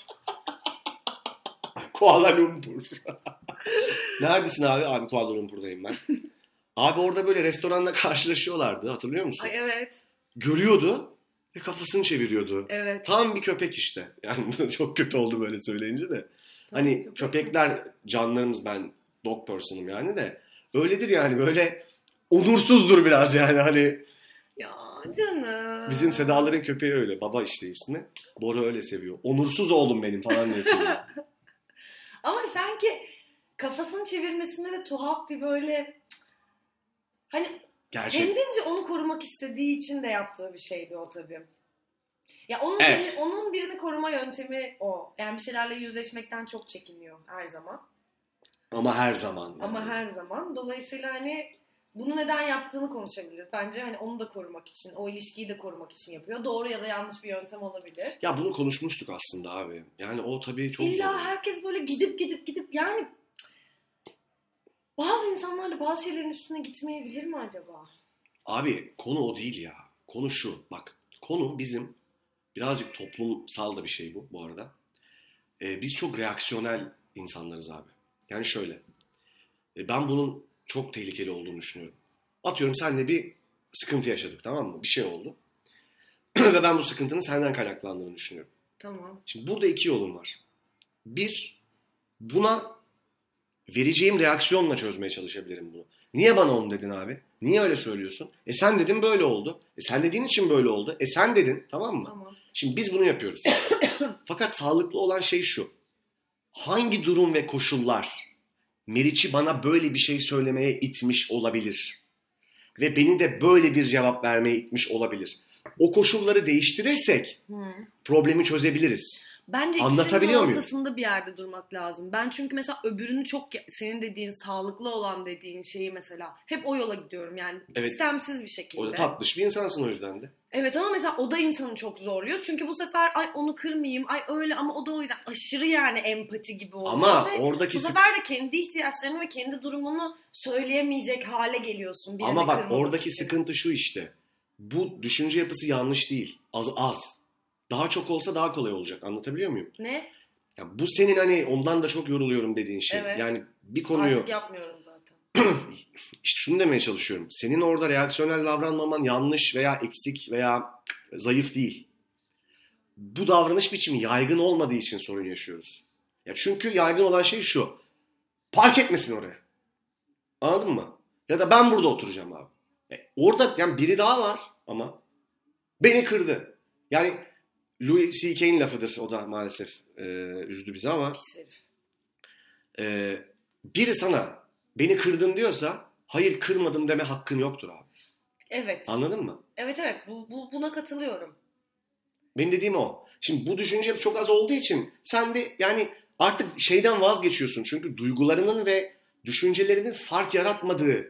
Kuala Lumpur. Neredesin abi? Abi Kuala Lumpur'dayım ben. Abi orada böyle restoranda karşılaşıyorlardı hatırlıyor musun? Ay evet. Görüyordu ve kafasını çeviriyordu. Evet. Tam bir köpek işte. Yani çok kötü oldu böyle söyleyince de. Hani köpekler canlarımız ben dog person'ım yani de. Öyledir yani böyle onursuzdur biraz yani hani. Ya canım. Bizim Sedaların köpeği öyle. Baba işte ismi. Bora öyle seviyor. Onursuz oğlum benim falan diye seviyor. Ama sanki kafasını çevirmesinde de tuhaf bir böyle hani kendince onu korumak istediği için de yaptığı bir şeydi o tabii. Ya onun birini koruma yöntemi o. Yani bir şeylerle yüzleşmekten çok çekiniyor her zaman. Ama her zaman. Yani. Ama her zaman. Dolayısıyla hani bunu neden yaptığını konuşabiliriz. Bence hani onu da korumak için, o ilişkiyi de korumak için yapıyor. Doğru ya da yanlış bir yöntem olabilir. Ya bunu konuşmuştuk aslında abi. Yani o tabii çok zor. İlla herkes böyle gidip yani bazı insanlarla bazı şeylerin üstüne gitmeyebilir mi acaba? Abi konu o değil ya. Konu şu. Bak konu bizim birazcık toplumsal da bir şey bu arada. Biz çok reaksiyonel insanlarız abi. Yani şöyle. Ben bunun çok tehlikeli olduğunu düşünüyorum. Atıyorum senle bir sıkıntı yaşadık, tamam mı? Bir şey oldu. Ve ben bu sıkıntının senden kaynaklandığını düşünüyorum. Tamam. Şimdi burada iki yolum var. Bir, buna vereceğim reaksiyonla çözmeye çalışabilirim bunu. Niye bana onu dedin abi? Niye öyle söylüyorsun? Sen dedin böyle oldu. Sen dediğin için böyle oldu. Sen dedin, tamam mı? Tamam. Şimdi biz bunu yapıyoruz. Fakat sağlıklı olan şey şu. Hangi durum ve koşullar Meriç'i bana böyle bir şey söylemeye itmiş olabilir? Ve beni de böyle bir cevap vermeye itmiş olabilir. O koşulları değiştirirsek problemi çözebiliriz. Bence Anlatabiliyor ikisinin muyum? ortasında bir yerde durmak lazım. Ben çünkü mesela öbürünü çok, senin dediğin sağlıklı olan dediğin şeyi mesela hep o yola gidiyorum yani, Evet. istemsiz bir şekilde. O da tatlış bir insansın o yüzden de. Evet ama mesela o da insanı çok zorluyor. Çünkü bu sefer ay onu kırmayayım, ay öyle ama o da o yüzden aşırı yani empati gibi oluyor. Ama ve oradaki bu sefer de kendi ihtiyaçlarını ve kendi durumunu söyleyemeyecek hale geliyorsun. Ama bak kırmamak oradaki için. sıkıntı şu işte. Bu düşünce yapısı yanlış değil. Az. Daha çok olsa daha kolay olacak. Anlatabiliyor muyum? Ne? Yani bu senin hani ondan da çok yoruluyorum dediğin şey. Evet. Yani bir konuyu... Artık yapmıyorum zaten. İşte şunu demeye çalışıyorum. Senin orada reaksiyonel davranmaman yanlış veya eksik veya zayıf değil. Bu davranış biçimi yaygın olmadığı için sorun yaşıyoruz. Ya çünkü yaygın olan şey şu. Park etmesin oraya. Anladın mı? Ya da ben burada oturacağım abi. Orada yani biri daha var ama beni kırdı. Yani Louis C.K.'in lafıdır o da maalesef üzdü bizi ama Pis herif. Biri sana beni kırdın diyorsa hayır kırmadım deme hakkın yoktur abi. Evet. Anladın mı? Evet buna katılıyorum. Benim dediğim o. Şimdi bu düşünce çok az olduğu için sen de yani artık şeyden vazgeçiyorsun. Çünkü duygularının ve düşüncelerinin fark yaratmadığı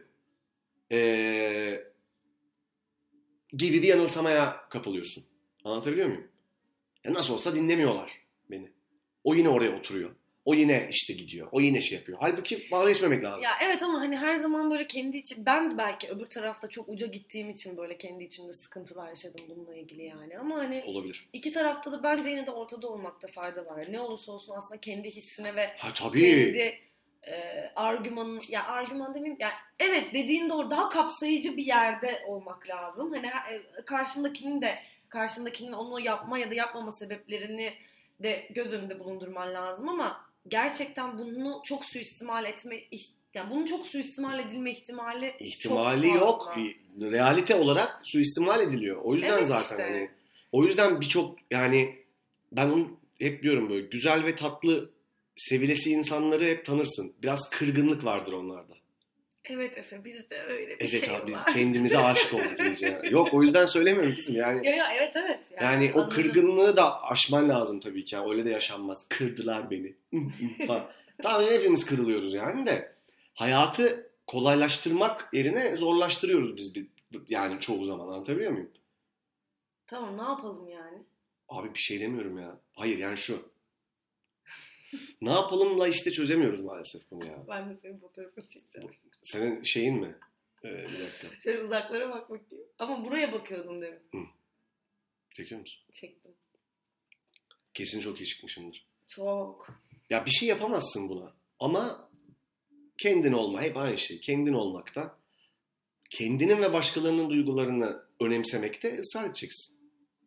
gibi bir yanılsamaya kapılıyorsun. Anlatabiliyor muyum? Ya nasıl olsa dinlemiyorlar beni. O yine oraya oturuyor. O yine işte gidiyor. O yine şey yapıyor. Halbuki vazgeçmemek lazım. Ya evet ama hani her zaman böyle kendi için, ben belki öbür tarafta çok uca gittiğim için böyle kendi içimde sıkıntılar yaşadım bununla ilgili yani. Ama hani olabilir. İki tarafta da bence yine de ortada olmakta fayda var. Ne olursa olsun aslında kendi hissine ve tabii. kendi argümanın, ya argüman demeyeyim yani, evet dediğin doğru, daha kapsayıcı bir yerde olmak lazım. Hani karşındakinin onu yapma ya da yapmama sebeplerini de göz önünde bulundurman lazım ama gerçekten bunu çok suistimal etme, yani bunun çok suistimal edilme ihtimali çok fazla. Yok. Realite olarak suistimal ediliyor. O yüzden evet zaten işte. hani o yüzden birçok yani ben onu hep diyorum böyle güzel ve tatlı sevilesi insanları hep tanırsın. Biraz kırgınlık vardır onlarda. Evet Efe, bizde öyle bir evet şey abi, var. biz kendimize aşık olduk iyice. Yok o yüzden söylemiyorum kızım yani. Evet. Yani o kırgınlığı da aşman lazım tabii ki. Yani öyle de yaşanmaz. Kırdılar beni. falan. Tamam hepimiz kırılıyoruz yani de. Hayatı kolaylaştırmak yerine zorlaştırıyoruz biz yani çoğu zaman, anlatabiliyor muyum? Tamam ne yapalım yani? Abi bir şey demiyorum ya. Hayır yani şu. Ne yapalımla işte çözemiyoruz maalesef bunu ya. Ben de senin fotoğrafını çekeceğim. Senin şeyin mi? Bir dakika. Şöyle uzaklara bak bakayım. Ama buraya bakıyordum demin. Çekiyor musun? Çektim. Kesin çok iyi çıkmışımdır. Çok. Ya bir şey yapamazsın buna. Ama kendin olma. Hep aynı şey. Kendin olmakta. Kendinin ve başkalarının duygularını önemsemekte ısrar edeceksin.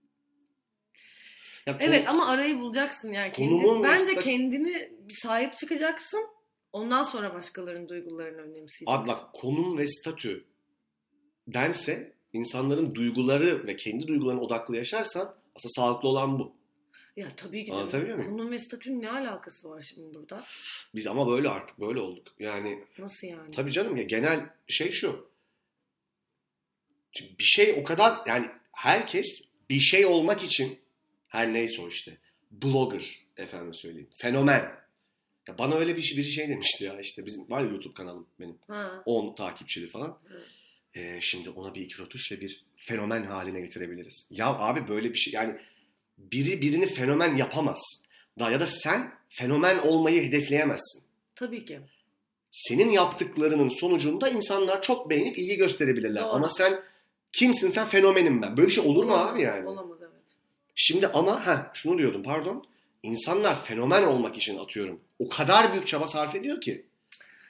Ya evet ama arayı bulacaksın yani. Bence kendini bir sahip çıkacaksın. Ondan sonra başkalarının duygularını önemseyeceksin. Abi bak konum ve statü dense insanların duyguları ve kendi duygularına odaklı yaşarsan aslında sağlıklı olan bu. Ya tabii ki. Anlatabiliyor muyum? Konum ve statünün ne alakası var şimdi burada? Biz ama böyle artık böyle olduk. Yani. Nasıl yani? Tabii canım ya genel şey şu. Şimdi bir şey o kadar yani herkes bir şey olmak için her neyse o işte blogger efendim söyleyeyim. Fenomen. Ya bana öyle biri şey demişti ya işte bizim var ya YouTube kanalım benim. 10 takipçili falan. Şimdi ona bir iki rötuşla bir fenomen haline getirebiliriz. Ya abi böyle bir şey yani birini fenomen yapamaz. Ya da sen fenomen olmayı hedefleyemezsin. Tabii ki. Senin yaptıklarının sonucunda insanlar çok beğenip ilgi gösterebilirler. Doğru. Ama sen kimsin, sen fenomenim ben. Böyle bir şey olur mu abi yani? Olamaz evet. Şimdi ama şunu diyordum pardon. İnsanlar fenomen olmak için atıyorum. O kadar büyük çaba sarf ediyor ki.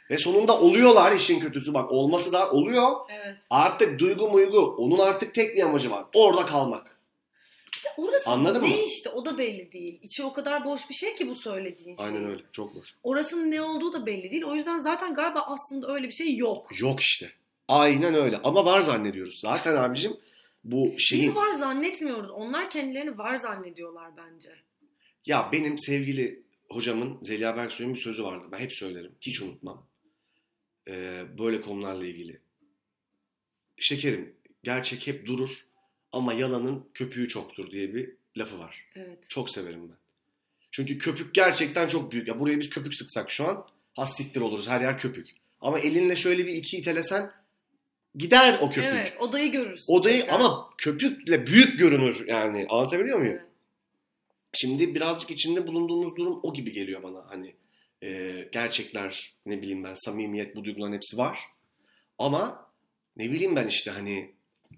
Ve sonunda oluyorlar, işin kötüsü bak, olması da oluyor. Evet. Artık duygu muygu, onun artık tek bir amacı var. Orada kalmak. İşte orası Anladın ne mı? işte o da belli değil. İçi o kadar boş bir şey ki bu söylediğin şey. Aynen öyle, çok boş. Orasının ne olduğu da belli değil. O yüzden zaten galiba aslında öyle bir şey yok. Yok işte. Aynen öyle ama var zannediyoruz. Zaten abicim bu şeyin... Biz var zannetmiyoruz. Onlar kendilerini var zannediyorlar bence. Ya benim sevgili hocamın, Zeliha Berksoy'un bir sözü vardı. Ben hep söylerim. Hiç unutmam. Böyle konularla ilgili. Şekerim, gerçek hep durur ama yalanın köpüğü çoktur diye bir lafı var. Evet. Çok severim ben. Çünkü köpük gerçekten çok büyük. Ya buraya biz köpük sıksak şu an hassiktir oluruz. Her yer köpük. Ama elinle şöyle bir iki itelesen gider o köpük. Evet, odayı görürsün. Odayı tekrar. ama köpükle büyük görünür yani. Anlatabiliyor muyum? Evet. Şimdi birazcık içinde bulunduğumuz durum o gibi geliyor bana. Hani gerçekler, ne bileyim ben, samimiyet, bu duyguların hepsi var. Ama ne bileyim ben işte hani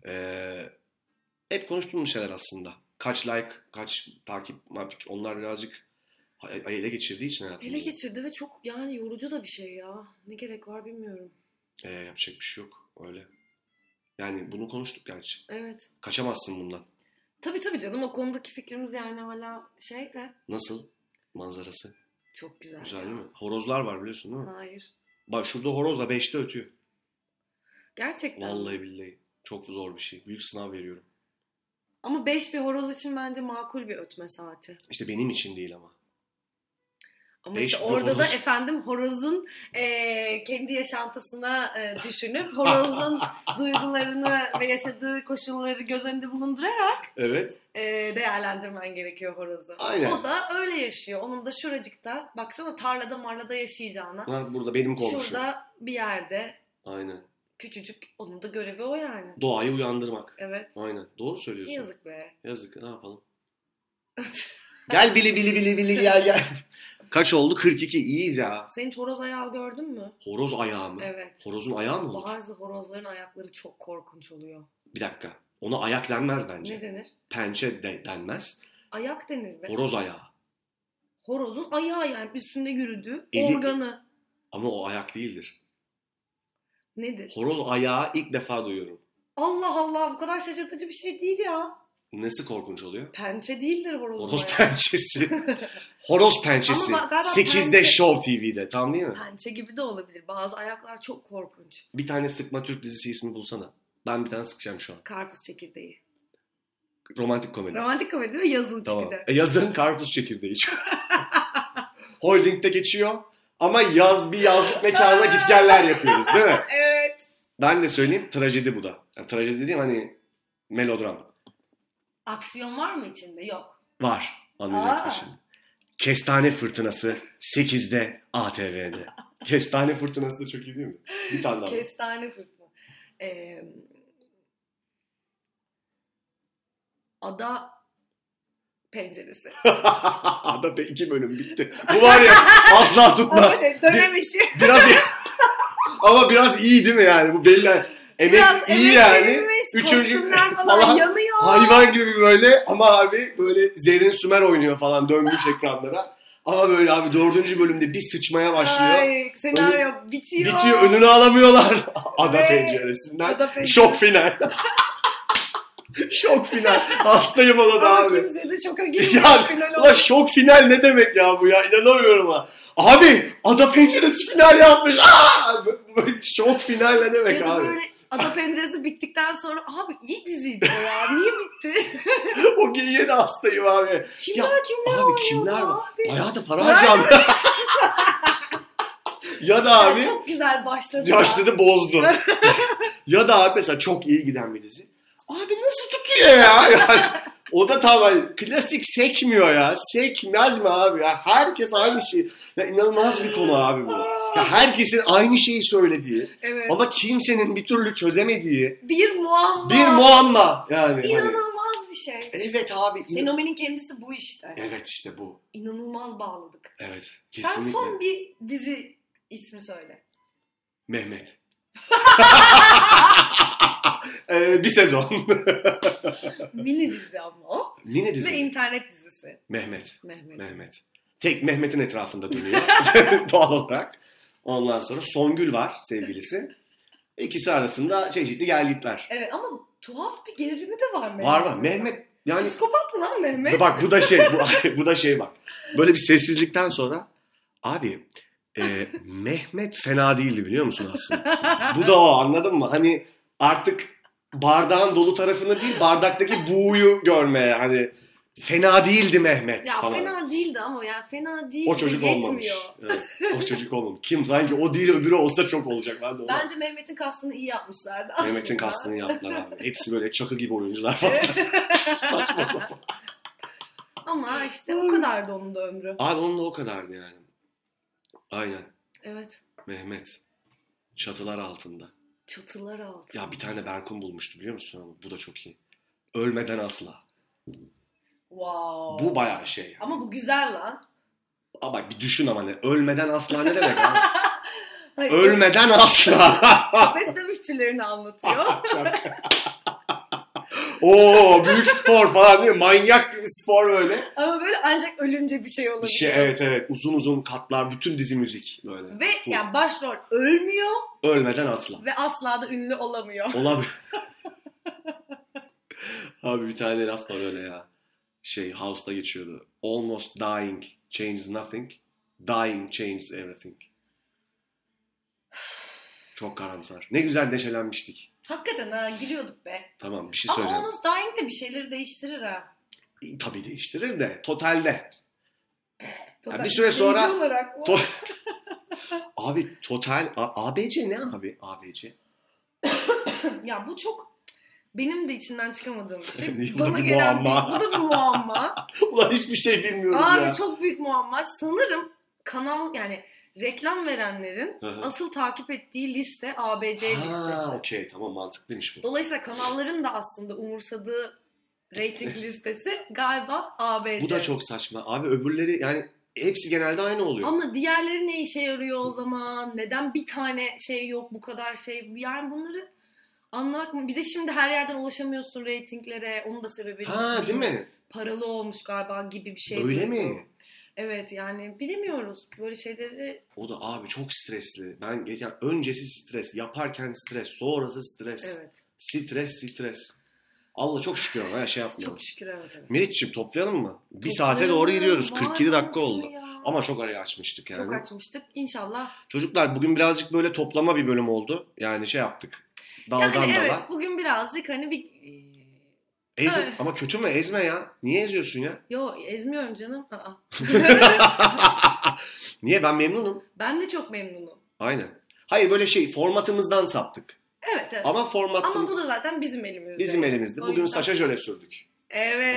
hep konuştuğumuz şeyler aslında. Kaç like, kaç takip, onlar birazcık ele geçirdiği için hayatımızı. Ele geçirdi ve çok yani yorucu da bir şey ya. Ne gerek var bilmiyorum. Yapacak bir şey yok öyle. Yani bunu konuştuk gerçi. Evet. Kaçamazsın bundan. Tabii canım, o konudaki fikrimiz yani hala şey de. Nasıl? Manzarası. Çok güzel. Güzel ya. değil mi? Horozlar var biliyorsun değil mi? Hayır. Bak şurada horoz da 5'te ötüyor. Gerçekten. Vallahi billahi. Çok zor bir şey. Büyük sınav veriyorum. Ama 5 bir horoz için bence makul bir ötme saati. İşte benim için değil ama. Ama Beş işte bir orada da horoz. efendim horozun kendi yaşantısına düşünüp horozun duygularını ve yaşadığı koşulları göz önünde bulundurarak Evet. değerlendirmen gerekiyor horozu. Aynen. O da öyle yaşıyor. Onun da şuracıkta, baksana, tarlada marlada yaşayacağına. Ha, burada benim komşum. Şurada bir yerde Aynen. küçücük, onun da görevi o yani. Doğayı uyandırmak. Evet. Aynen. Doğru söylüyorsun. Yazık be. Yazık. Ne yapalım? Gel bili gel. Kaç oldu? 42. İyiyiz ya. Sen hiç horoz ayağı gördün mü? Horoz ayağı mı? Evet. Horozun ayağı mı olur? Bazı horozların ayakları çok korkunç oluyor. Bir dakika. Ona ayak denmez bence. Ne denir? Pençe denmez. Ayak denir be. Horoz ayağı. Horozun ayağı yani üstünde yürüdüğü Eli- organı. Ama o ayak değildir. Nedir? Horoz ayağı ilk defa duyuyorum. Allah Allah, bu kadar şaşırtıcı bir şey değil ya. Nasıl korkunç oluyor? Pençe değildir horozun Horoz ayağı. pençesi. Horoz pençesi. Ama galiba 8'de pençe- Show TV'de. Tam değil mi? Pençe gibi de olabilir. Bazı ayaklar çok korkunç. Bir tane sıkma Türk dizisi ismi bulsana. Ben bir tane sıkacağım şu an. Karpuz çekirdeği. Romantik komedi. Romantik komedi ve yazın Tamam. çıkacak. Yazın karpuz çekirdeği. Holding'de geçiyor. Ama yaz bir yazlık mekanına gitgeller yapıyoruz değil mi? Evet. Ben de söyleyeyim, trajedi bu da. Yani trajedi dediğim hani melodram. Aksiyon var mı içinde? Yok. Var. Anlayacaksın Aa. şimdi. Kestane Fırtınası 8'de ATV'de. Kestane Fırtınası da çok iyi değil mi? Bir tane daha. Kestane fırtına. Ada penceresi. Ada be 2 bölüm bitti. Bu var ya asla tutmaz. Dönem işi. Biraz ama biraz iyi değil mi yani? Bu belli. Emek Biraz iyi emek yani. verilmiş, Üçüncü kostümler falan yanıyor. Hayvan gibi böyle ama abi böyle Zerrin Sümer oynuyor falan dönmüş ekranlara. Ama böyle abi 4. bölümde bir sıçmaya başlıyor. Ay, senaryo bitiyor. Bitiyor, önünü alamıyorlar. Ada Ve penceresinden. Ada penceresi. Şok final. Şok final. Hastayım ona da Ama abi. kimse de şoka girmiyor. Ya Final ulan şok final ne demek ya bu ya? İnanamıyorum ha. Abi Ada penceresi final yapmış. Aa! Böyle şok final ne demek ya da abi? böyle Ada penceresi bittikten sonra abi iyi diziydi o ya. Niye bitti? O geyiğe de hastayım abi. kimler Abi oynuyordu kimler var? abi? Bayağı da para harcam. Ya da abi. Ya çok güzel başladı. Başladı bozdu. Ya da abi mesela çok iyi giden bir dizi. Abi nasıl tutuyor ya? Yani, o da tamam klasik sekmiyor ya. Sekmez mi abi ya? Herkes aynı şey. Ya inanılmaz bir konu abi bu. Ya herkesin aynı şeyi söylediği Evet. ama kimsenin bir türlü çözemediği Bir muamma. bir muamma yani. Hani, İnanılmaz bir şey. evet abi. Fenomenin kendisi bu işte. Evet işte bu. İnanılmaz bağladık. Evet Sen kesinlikle. son bir dizi ismi söyle. Mehmet. Bir sezon. Mini dizi ama o. Mini dizi. Ve internet dizisi. Mehmet. Mehmet. Mehmet. Tek Mehmet'in etrafında dönüyor doğal olarak. Ondan sonra Songül var sevgilisi. İkisi arasında çeşitli gelgitler. Evet ama tuhaf bir gerilimi de var Mehmet. Var. Mehmet yani... Psikopat mı lan Mehmet? Bak bu da şey bak. Böyle bir sessizlikten sonra abi Mehmet fena değildi biliyor musun aslında? Bu da o, anladın mı? Hani artık bardağın dolu tarafını değil, bardaktaki buğuyu görmeye, hani fena değildi Mehmet ya falan. Fena değildi ama ya fena değil. O çocuk olmamış. Evet, o çocuk olmamış. Kim sanki o değil öbürü olsa çok olacak. Ben de bence Mehmet'in kastını iyi yapmışlardı aslında. Mehmet'in kastını yaptılar abi. Hepsi böyle çakı gibi oyuncular falan. Saçma sapan. Ama işte o kadardı onun da ömrü. Abi onun da o kadardı yani. Aynen. Evet. Mehmet. Çatılar altında. Çatılar altında. Ya bir tane Berkun bulmuştu biliyor musun? Ama bu da çok iyi. Ölmeden asla. Wow. Bu bayağı şey. Yani. Ama bu güzel lan. Aa bak bir düşün ama ne? Ölmeden asla ne demek abi? Hayır, Ölmeden asla. kafes dövüşçülerini anlatıyor. Oo büyük spor falan değil mi? Manyak gibi spor böyle. Ama böyle ancak ölünce bir şey olabiliyor. Bir şey, evet uzun uzun katlar, bütün dizi müzik böyle. Ve yani başrol ölmüyor. Ölmeden asla. Ve asla da ünlü olamıyor. Olabilir. Abi bir tane laf var öyle ya. House'da geçiyordu. Almost dying changes nothing. Dying changes everything. Çok karamsar. Ne güzel neşelenmiştik. Hakikaten ha, gülüyorduk be. Tamam bir şey Ama söyleyeceğim. Almost Dying de bir şeyleri değiştirir ha. Tabii değiştirir de totalde. Total. Bir süre sonra... Seyirci olarak mı? Abi total... ABC ne abi? ABC. Ya bu çok... Benim de içinden çıkamadığım bir şey. Bu da Bana bir gelen muamma. bu da bir muamma. Ulan hiçbir şey bilmiyoruz Abi ya. çok büyük muamma. Sanırım kanal yani reklam verenlerin asıl takip ettiği liste ABC listesi. Okey tamam mantıklıymış bu. Dolayısıyla kanalların da aslında umursadığı rating listesi galiba ABC. Bu da çok saçma. Abi öbürleri yani hepsi genelde aynı oluyor. Ama diğerleri ne işe yarıyor o zaman? Neden bir tane şey yok bu kadar şey? Yani bunları anlamak mı? Bir de şimdi her yerden ulaşamıyorsun reytinglere. Onun da sebebi değil mi? Paralı olmuş galiba gibi bir şey. Öyle mi? Evet yani bilemiyoruz böyle şeyleri. O da abi çok stresli. Öncesi stres, yaparken stres, sonrası stres. Evet. Stres. Allah çok şükür ama şey yapmayalım. Çok şükür evet. Meriç'ciğim toplayalım mı? Bir saate doğru gidiyoruz. 47 dakika oldu. Ya. Ama çok araya açmıştık yani. Çok açmıştık. İnşallah. Çocuklar bugün birazcık böyle toplama bir bölüm oldu. Yani şey yaptık. Daldan yani dala. evet bugün birazcık hani bir... Evet. Ama kötü mü? Ezme ya. Niye eziyorsun ya? Yo ezmiyorum canım. Niye? Ben memnunum. Ben de çok memnunum. Aynen. Hayır böyle formatımızdan saptık. Evet. Ama Ama bu da zaten bizim elimizde. Bizim elimizde. Bugün saça jöle sürdük. Evet.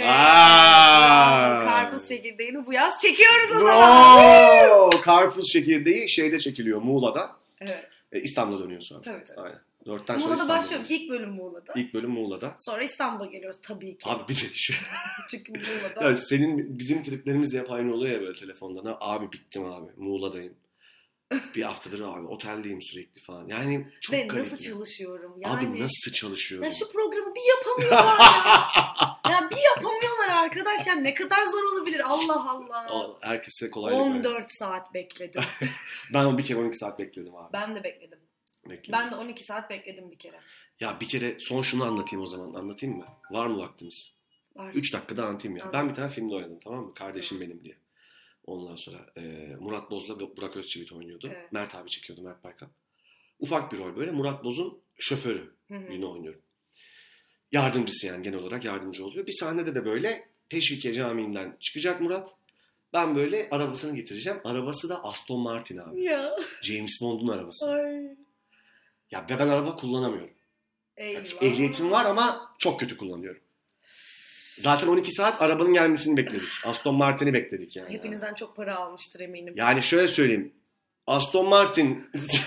Aa! Karpuz çekirdeğini bu yaz çekiyoruz o zaman. Karpuz çekirdeği şeyde çekiliyor Muğla'da. Evet. İstanbul'a dönüyor sonra. Tabii. Aynen. 4'ten sonra Muğla'da İstanbul'a başlıyoruz. İlk bölüm Muğla'da. İlk bölüm Muğla'da. Sonra İstanbul'a geliyoruz tabii ki. Abi bir de Çünkü Muğla'da. Ya bizim triplerimiz de hep aynı oluyor ya böyle telefonda. Abi bittim abi. Muğla'dayım. Bir haftadır abi oteldeyim sürekli falan. Yani çok ve garip. nasıl çalışıyorum? Abi Yani, nasıl çalışıyorum? Ya şu programı bir yapamıyorlar ya. Ya bir yapamıyorlar arkadaş. Ya ne kadar zor olabilir Allah Allah. Herkese kolaylık. 14 saat bekledim. Ben bir kere 12 saat bekledim abi. Ben de bekledim. Ben de 12 saat bekledim bir kere. Ya bir kere son şunu anlatayım o zaman. Anlatayım mı? Var mı vaktimiz? Var. 3 dakikada anlatayım ya. Anladım. Ben bir tane filmde oynadım tamam mı? Kardeşim benim diye. Ondan sonra Murat Boz'la Burak Özçivit oynuyordu. Evet. Mert abi çekiyordu, Mert Baykan. Ufak bir rol böyle. Murat Boz'un şoförü yine oynuyorum. Yardımcısı yani genel olarak yardımcı oluyor. Bir sahnede de böyle Teşvikiye Camii'nden çıkacak Murat. Ben böyle arabasını getireceğim. Arabası da Aston Martin abi. Ya. James Bond'un arabası. Ay. Ya ve ben araba kullanamıyorum. Eyvah. Ehliyetim var ama çok kötü kullanıyorum. Zaten 12 saat arabanın gelmesini bekledik. Aston Martin'i bekledik yani. Hepinizden çok para almıştır eminim. Yani şöyle söyleyeyim. Aston Martin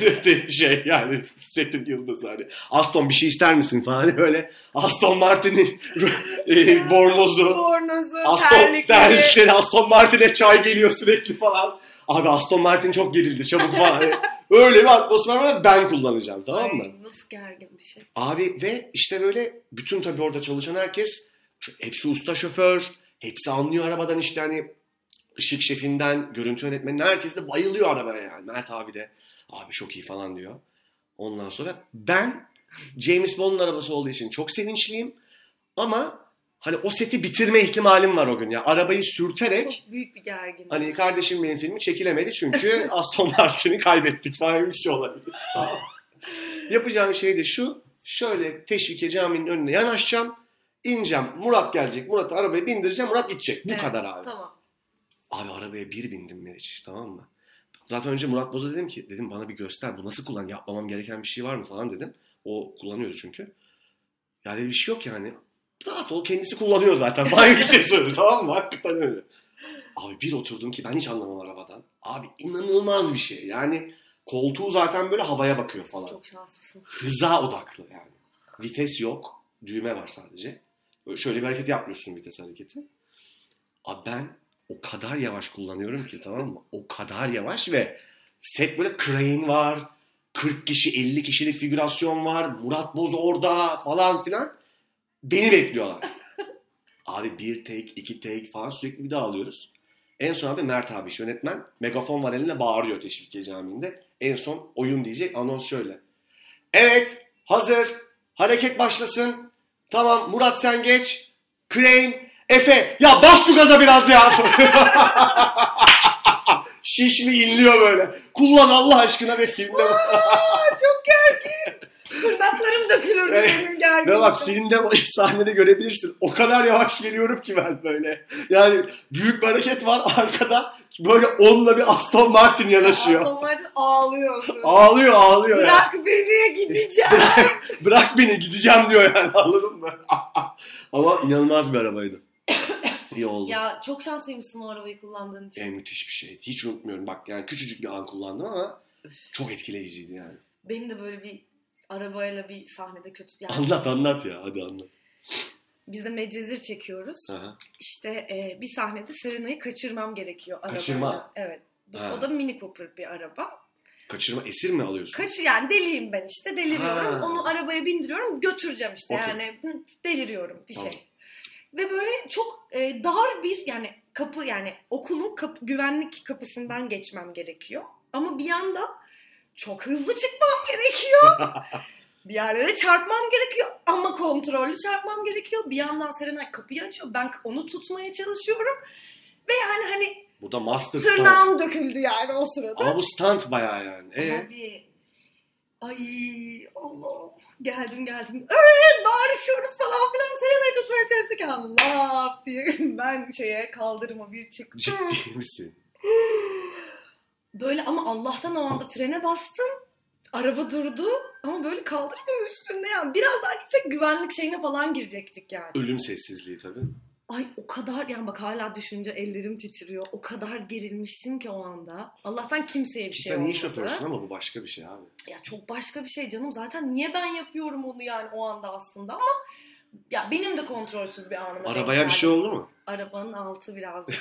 yani setin yıldızı hani. Aston bir şey ister misin falan böyle. Aston Martin'in bornozu. Aston terlikleri. Aston Martin'e çay geliyor sürekli falan. Abi Aston Martin çok gerildi çabuk falan. Öyle bir atmosfer var ben kullanacağım tamam mı? Ay, nasıl gergin bir şey. Abi ve işte böyle bütün tabii orada çalışan herkes hepsi usta şoför. Hepsi anlıyor arabadan işte hani ışık şefinden görüntü yönetmeninden herkes de bayılıyor arabaya yani. Mert abi de abi çok iyi falan diyor. Ondan sonra ben James Bond'un arabası olduğu için çok sevinçliyim. Ama hani o seti bitirme ihtimalim var o gün. Ya arabayı sürterek Çok büyük bir gerginlik. hani kardeşim benim filmi çekilemedi çünkü Aston Martin'i kaybettik falan bir şey olabilir. Yapacağım şey de şu. Şöyle Teşvikiye Camii'nin önüne yanaşacağım. İneceğim. Murat gelecek. Murat'ı arabaya bindireceğim. Murat gidecek. Bu kadar abi. Tamam. Abi arabaya bir bindim Meriç. Tamam mı? Zaten önce Murat Boz'a dedim ki bana bir göster. Bu nasıl kullan? Yapmamam gereken bir şey var mı falan dedim. O kullanıyordu çünkü. Ya dedi bir şey yok yani. Rahat ol kendisi kullanıyor zaten. Bana bir şey söyledi tamam mı? Hakikaten öyle. Abi bir oturdum ki ben hiç anlamam arabadan. Abi inanılmaz bir şey. Yani koltuğu zaten böyle havaya bakıyor falan. Çok şanslısın. Hıza odaklı yani. Vites yok. Düğme var sadece. Böyle şöyle bir hareket yapmıyorsun vites hareketi. Abi ben o kadar yavaş kullanıyorum ki tamam mı? O kadar yavaş ve set böyle crane var. 40 kişi 50 kişilik figürasyon var. Murat Boz orada falan filan. Beni bekliyorlar. Abi bir take, iki take falan sürekli bir daha alıyoruz. En son abi Mert abi yönetmen megafon var elinde bağırıyor Teşvikiye Camii'nde. En son oyun diyecek anons şöyle. Evet hazır hareket başlasın. Tamam Murat sen geç. Crane, Efe ya bas şu gaza biraz ya. Şişli inliyor böyle. Kullan Allah aşkına ve filmde. Çok gergin. Tırnaklarım dökülürdü benim gerginlikten. Ve bak filmde o sahnede görebilirsin. O kadar yavaş geliyorum ki ben böyle. Yani büyük bir hareket var arkada. Böyle onunla bir Aston Martin yanaşıyor. Aston Martin ağlıyor. Ağlıyor Bırak beni gideceğim. Bırak beni gideceğim diyor yani anladın mı? Ama inanılmaz bir arabaydı. İyi oldu. Ya çok şanslıymışsın o arabayı kullandığın için. Müthiş bir şey. Hiç unutmuyorum. Bak yani küçücük bir an kullandım ama çok etkileyiciydi yani. Benim de böyle bir arabayla bir sahnede kötü... Yani Anlat ya hadi anlat. biz de Medcezir çekiyoruz. Aha. İşte bir sahnede Serena'yı kaçırmam gerekiyor arabayla. Kaçırma? Evet. Ha. O da Mini Cooper bir araba. Kaçırma esir mi alıyorsun? Yani deliyim ben işte deliriyorum. Ha. Onu arabaya bindiriyorum götüreceğim işte Okay. yani deliriyorum bir Tamam. şey. Ve böyle çok dar bir yani kapı yani okulun güvenlik kapısından geçmem gerekiyor. Ama bir yandan çok hızlı çıkmam gerekiyor. Bir yerlere çarpmam gerekiyor ama kontrollü çarpmam gerekiyor. Bir yandan Serenay kapıyı açıyor. Ben onu tutmaya çalışıyorum. Ve yani hani Bu da master stunt. tırnağım döküldü yani o sırada. Ama bu stunt bayağı yani. Abi ay Allah geldim. Evet bağırışıyoruz falan filan. Serenay'ı tutmaya çalışırken Allah diye ben kaldırıma bir çıktım. Ciddi misin? Böyle ama Allah'tan o anda frene bastım. Araba durdu ama böyle kaldırımın üstünde yani. Biraz daha gitsek güvenlik şeyine falan girecektik yani. Ölüm sessizliği tabii. Ay o kadar yani bak hala düşünce ellerim titriyor. O kadar gerilmiştim ki o anda. Allah'tan kimseye bir Ki şey sen olmadı. iyi şoförsün ama bu başka bir şey abi. Ya çok başka bir şey canım. Zaten niye ben yapıyorum onu yani o anda aslında ama ya benim de kontrolsüz bir anıma denk Arabaya bir geldi. şey oldu mu? Arabanın altı birazcık.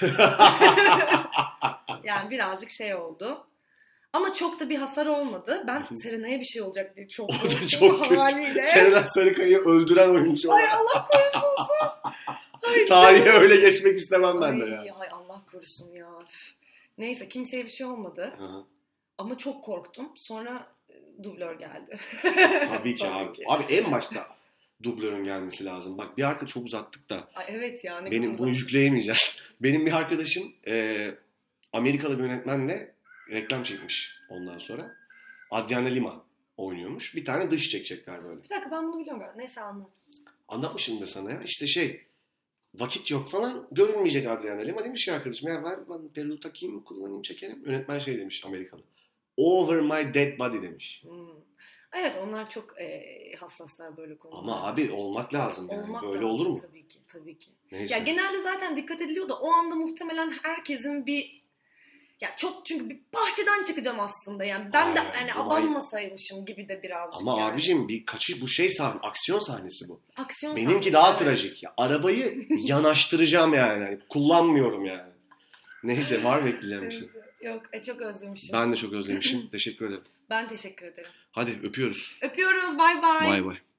Yani birazcık şey oldu. Ama çok da bir hasar olmadı. Ben Serena'ya bir şey olacak diye çok O da korktum çok kötü. haliyle. Serenay Sarıkaya'yı öldüren oyuncu Ay olarak. Allah korusun sus. Ay, Tarihe öyle geçmek istemem ben de ay, yani. ay Allah korusun ya. Neyse kimseye bir şey olmadı. Aha. Ama çok korktum. Sonra dublör geldi. Tabii ki abi. Abi en başta dublörün gelmesi lazım. Bak bir arka çok uzattık da. Ay evet ya. Benim bunu yükleyemeyeceğiz. Benim bir arkadaşım Amerikalı bir yönetmenle reklam çekmiş ondan sonra. Adriana Lima oynuyormuş. Bir tane dış çekecekler böyle. Bir dakika ben bunu biliyorum galiba. Neyse anlat. Anlatmışım da sana ya. İşte vakit yok falan. Görünmeyecek Adriana Lima. Demiş ki arkadaşım ya ver ben peruğu takayım kullanayım çekelim. Yönetmen demiş Amerikalı. Over my dead body demiş. Evet onlar çok hassaslar böyle konularda. Ama abi olmak lazım yani. Olmak böyle lazım, olur mu? Tabii ki. Neyse. Ya genelde zaten dikkat ediliyor da o anda muhtemelen herkesin bir ya çok çünkü bir bahçeden çıkacağım aslında yani ben de yani abanmasaymışım gibi de birazcık. Ama yani. abicim bir kaçış bu sahne aksiyon sahnesi bu. Aksiyon benimki sahnesi, daha evet. trajik ya. Arabayı yanaştıracağım yani. Kullanmıyorum yani. Neyse var mı ekleyeceğim bir şey? Yok çok özlemişim. Ben de çok özlemişim. Teşekkür ederim. Ben teşekkür ederim. Hadi öpüyoruz. Öpüyoruz bay bay. Bay bay.